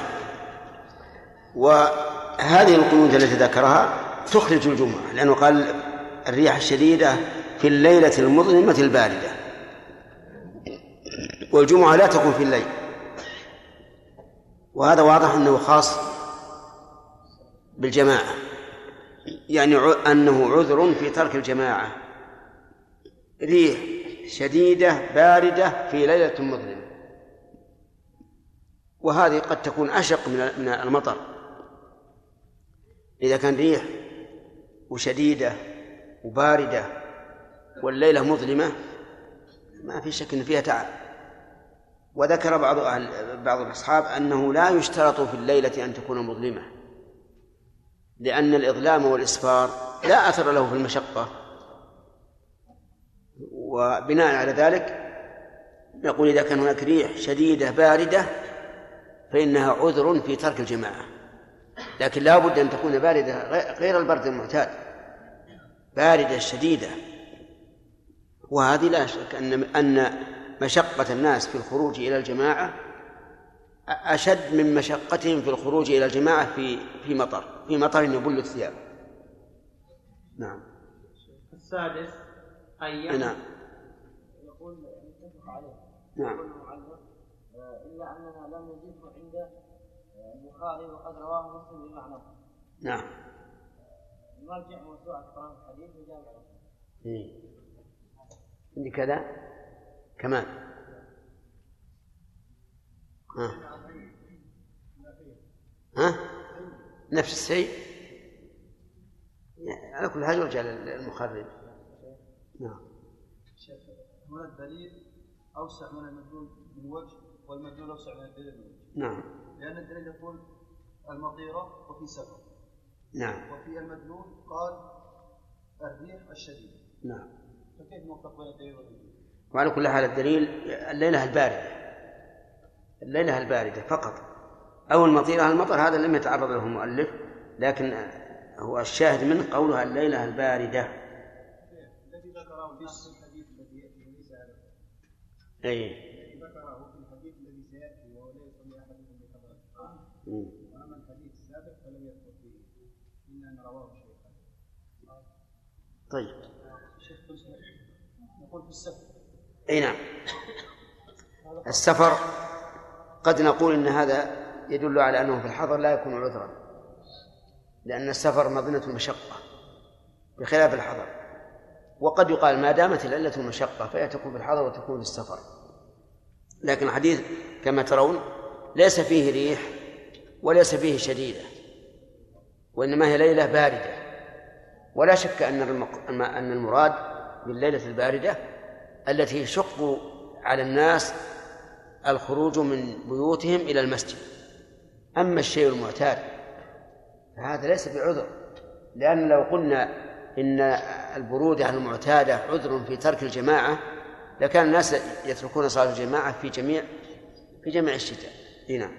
وهذه القنوت التي ذكرها تخرج الجمعة، لأنه قال الريح الشديدة في الليلة المظلمة الباردة، والجمعة لا تكون في الليل، وهذا واضح أنه خاص بالجماعة، يعني أنه عذر في ترك الجماعة. ريح شديدة باردة في ليلة مظلمة، وهذه قد تكون أشق من المطر. إذا كان ريح وشديدة وباردة والليلة مظلمة ما في شك أن فيها تعب. وذكر بعض الأصحاب أنه لا يشترط في الليلة أن تكون مظلمة، لأن الإظلام والإسفار لا أثر له في المشقة. وبناء على ذلك نقول إذا كان هناك ريح شديدة باردة فإنها عذر في ترك الجماعة، لكن لا بد أن تكون باردة غير البرد المعتاد، باردة شديدة. وهذه لا شك أن مشقة الناس في الخروج إلى الجماعة أشد من مشقتهم في الخروج إلى الجماعة في مطر يبل الثياب. نعم. السادس نعم. يقول متفق عليه. نعم. إلا أننا لم نجده عند البخاري وقد رواه مسلم بمعنى. نعم. نرجع موسوعة قرآن الحديث وجاب عليه. عندي كذا كمان. نفس الشيء على كل حال يرجع للمخرج. نعم. هنا الدليل أوسع من المدلول من وجه، والمدلول أوسع من الدليل من وجه. نعم. لأن الدليل يقول المطيرة وفي سفر. نعم. وفي المدلول قال الريح الشديدة. نعم. فكيف نوفق بين الدليل والدليل؟ وعلى كل حال الدليل الليلة الباردة فقط، أو المطيرة المطر هذا لم يتعرض له المؤلف، لكن هو الشاهد منه قولها الليلة الباردة. الذي ذكره في الحديث الذي يأتي ليس هذا. الذي ذكره في الحديث الذي سيأتي وهو لا يصلي أحدكم بقبره. وأما الحديث السابق فلم يذكر فيه إلا أن رواه الشيخان. طيب. نقول في السفر أي نعم. السفر قد نقول إن هذا يدل على أنه في الحضر لا يكون عذرا، لأن السفر مظنة المشقة بخلاف الحضر. وقد يقال ما دامت العلة المشقة فهي تكون في الحضر وتكون في السفر. لكن الحديث كما ترون ليس فيه ريح وليس فيه شديدة، وإنما هي ليلة باردة. ولا شك أن المراد بالليلة الباردة التي يشق على الناس الخروج من بيوتهم إلى المسجد. أما الشيء المعتاد فهذا ليس بعذر، لأن لو قلنا إن البرودة المعتادة عذر في ترك الجماعة لكان الناس يتركون صلاة الجماعة في جميع الشتاء. نعم.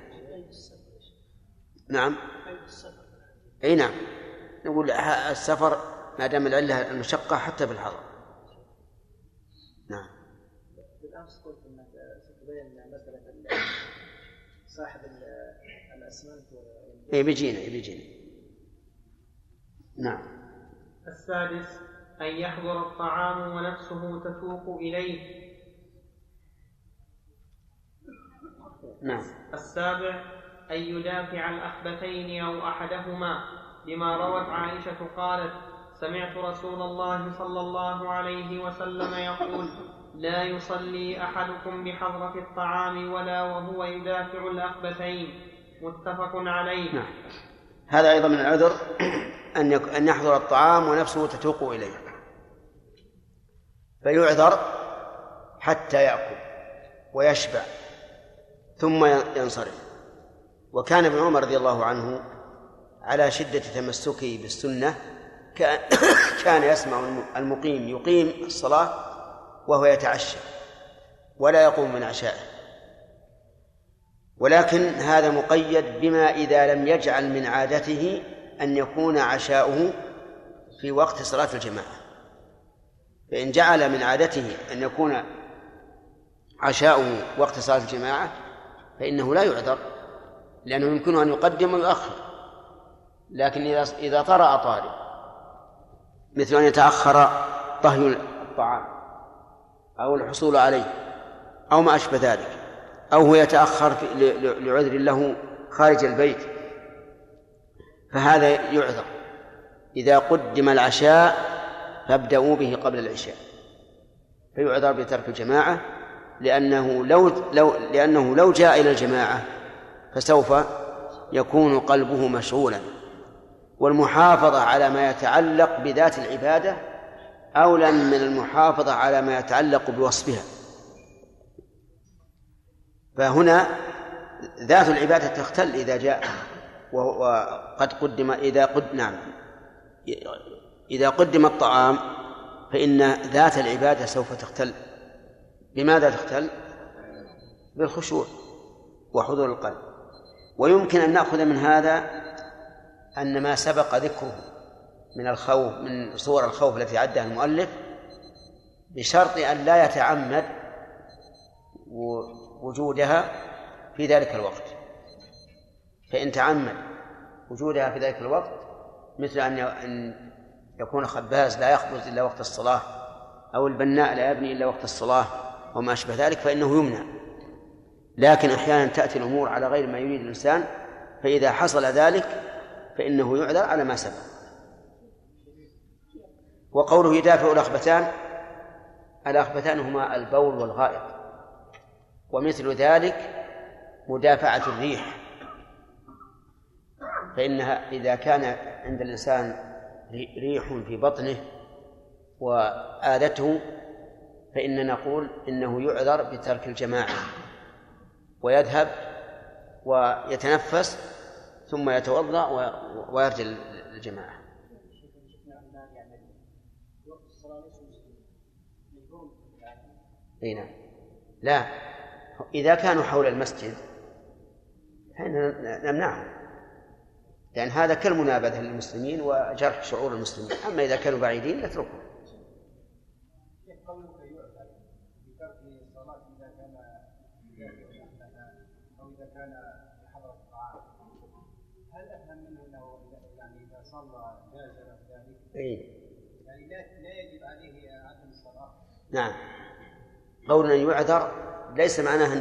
نعم. أي نعم. نقول السفر ما دام العلة المشقة حتى في الحضر. نعم. بالأمس قلت أنك ستبين مسألة صاحب الأسمنت. بيجينا. نعم. السادس أن يحضر الطعام ونفسه تتوق إليه. نعم. السابع أن يدافع الأخبثين أو أحدهما، لما روت عائشة قالت: سمعت رسول الله صلى الله عليه وسلم يقول: لا يصلي أحدكم بحضرة الطعام ولا وهو يدافع الأخبثين. متفق عليه. نعم. هذا أيضا من العذر أن يحضر الطعام ونفسه تتوق إليه، فيعذر حتى يأكل ويشبع ثم ينصرف. وكان ابن عمر رضي الله عنه على شدة تمسكه بالسنة كان يسمع المقيم يقيم الصلاة وهو يتعشى ولا يقوم من عشائه، ولكن هذا مقيد بما إذا لم يجعل من عادته أن يكون عشاؤه في وقت صلاة الجماعة. فإن جعل من عادته أن يكون عشاؤه وقت صلاة الجماعة فإنه لا يعذر، لأنه يمكنه أن يقدم ويؤخر. لكن إذا طرأ طارئ مثل أن يتأخر طهي الطعام أو الحصول عليه أو ما أشبه ذلك، أو هو يتأخر لعذر له خارج البيت، فهذا يعذر. إذا قدم العشاء فابدأوا به قبل العشاء، فيعذر بترك الجماعة، لأنه لو جاء إلى الجماعة فسوف يكون قلبه مشغولا. والمحافظة على ما يتعلق بذات العبادة أولى من المحافظة على ما يتعلق بوصفها. فهنا ذات العبادة تختل إذا جاء وقد قدم. إذا قدم الطعام فإن ذات العبادة سوف تختل. بماذا تختل؟ بالخشوع وحضور القلب. ويمكن أن نأخذ من هذا أن ما سبق ذكره من الخوف، من صور الخوف التي عدها المؤلف، بشرط أن لا يتعمد وجودها في ذلك الوقت. فإن تعمد وجودها في ذلك الوقت، مثل أن يكون خباز لا يخبز إلا وقت الصلاة، أو البناء لا يبني إلا وقت الصلاة وما أشبه ذلك، فإنه يمنع. لكن أحيانا تأتي الأمور على غير ما يريد الإنسان، فإذا حصل ذلك فإنه يعذر على ما سبق. وقوله يدافع الأخبثان هما البول والغائط، ومثل ذلك مدافعة الريح، فإنها إذا كان عند الإنسان ريح في بطنه وآذته فإننا نقول إنه يعذر بترك الجماعة ويذهب ويتنفس ثم يتوضأ ويرجع للجماعة. نعم. لا، إذا كانوا حول المسجد فإننا نمنعهم، لأن هذا كالمنابذة للمسلمين وجرح شعور المسلمين. أما إذا كانوا بعيدين نتركهم. يعني لا يجب عليه عدم الصلاة. نعم. قولنا يعذر ليس معناه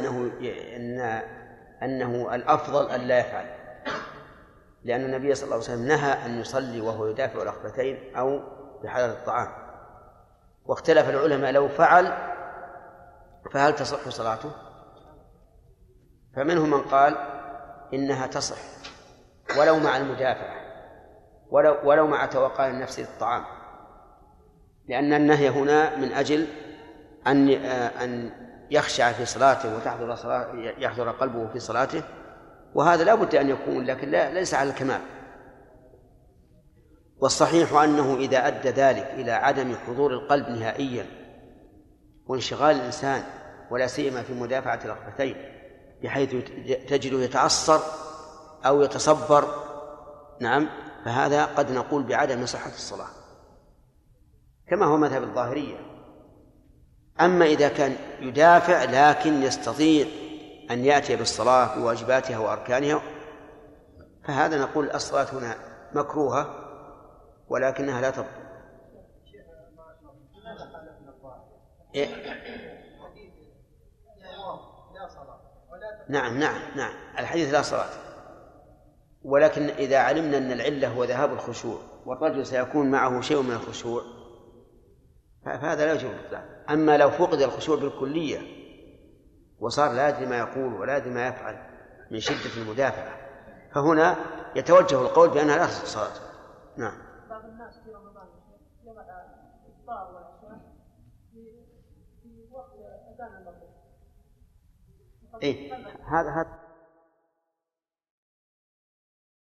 أنه الأفضل أن لا يفعل، لأن النبي صلى الله عليه وسلم نهى أن يصلي وهو يدافع الركبتين أو بحلال الطعام. واختلف العلماء لو فعل فهل تصح صلاته؟ فمنهم من قال إنها تصح ولو مع المدافعة، ولو مع توقع النفس للطعام، لأن النهي هنا من أجل أن يخشع في صلاته يحضر قلبه في صلاته، وهذا لا بد أن يكون، لكن ليس على الكمال. والصحيح أنه إذا أدى ذلك إلى عدم حضور القلب نهائيا وانشغال الإنسان ولا سيما في مدافعة الركبتين بحيث تجده يتعصر أو يتصبر، نعم، فهذا قد نقول بعدم صحة الصلاة كما هو مذهب الظاهرية. أما إذا كان يدافع لكن يستطيع أن يأتي بالصلاة بواجباتها وأركانها فهذا نقول الصلاة هنا مكروهة ولكنها لا تبطل. نعم الحديث لا صلاة، ولكن إذا علمنا أن العلة هو ذهاب الخشوع والرجل سيكون معه شيء من الخشوع فهذا لا يجب الإطلاق. أما لو فقد الخشوع بالكلية وصار لا يدري ما يقول ولا يدري ما يفعل من شدة المدافعة فهنا يتوجه القول بأنها لا تصح صلاة. نعم. بعض الناس في رمضان يضع الإفطار والعشاء في وقت أذان المغرب. إيه هذا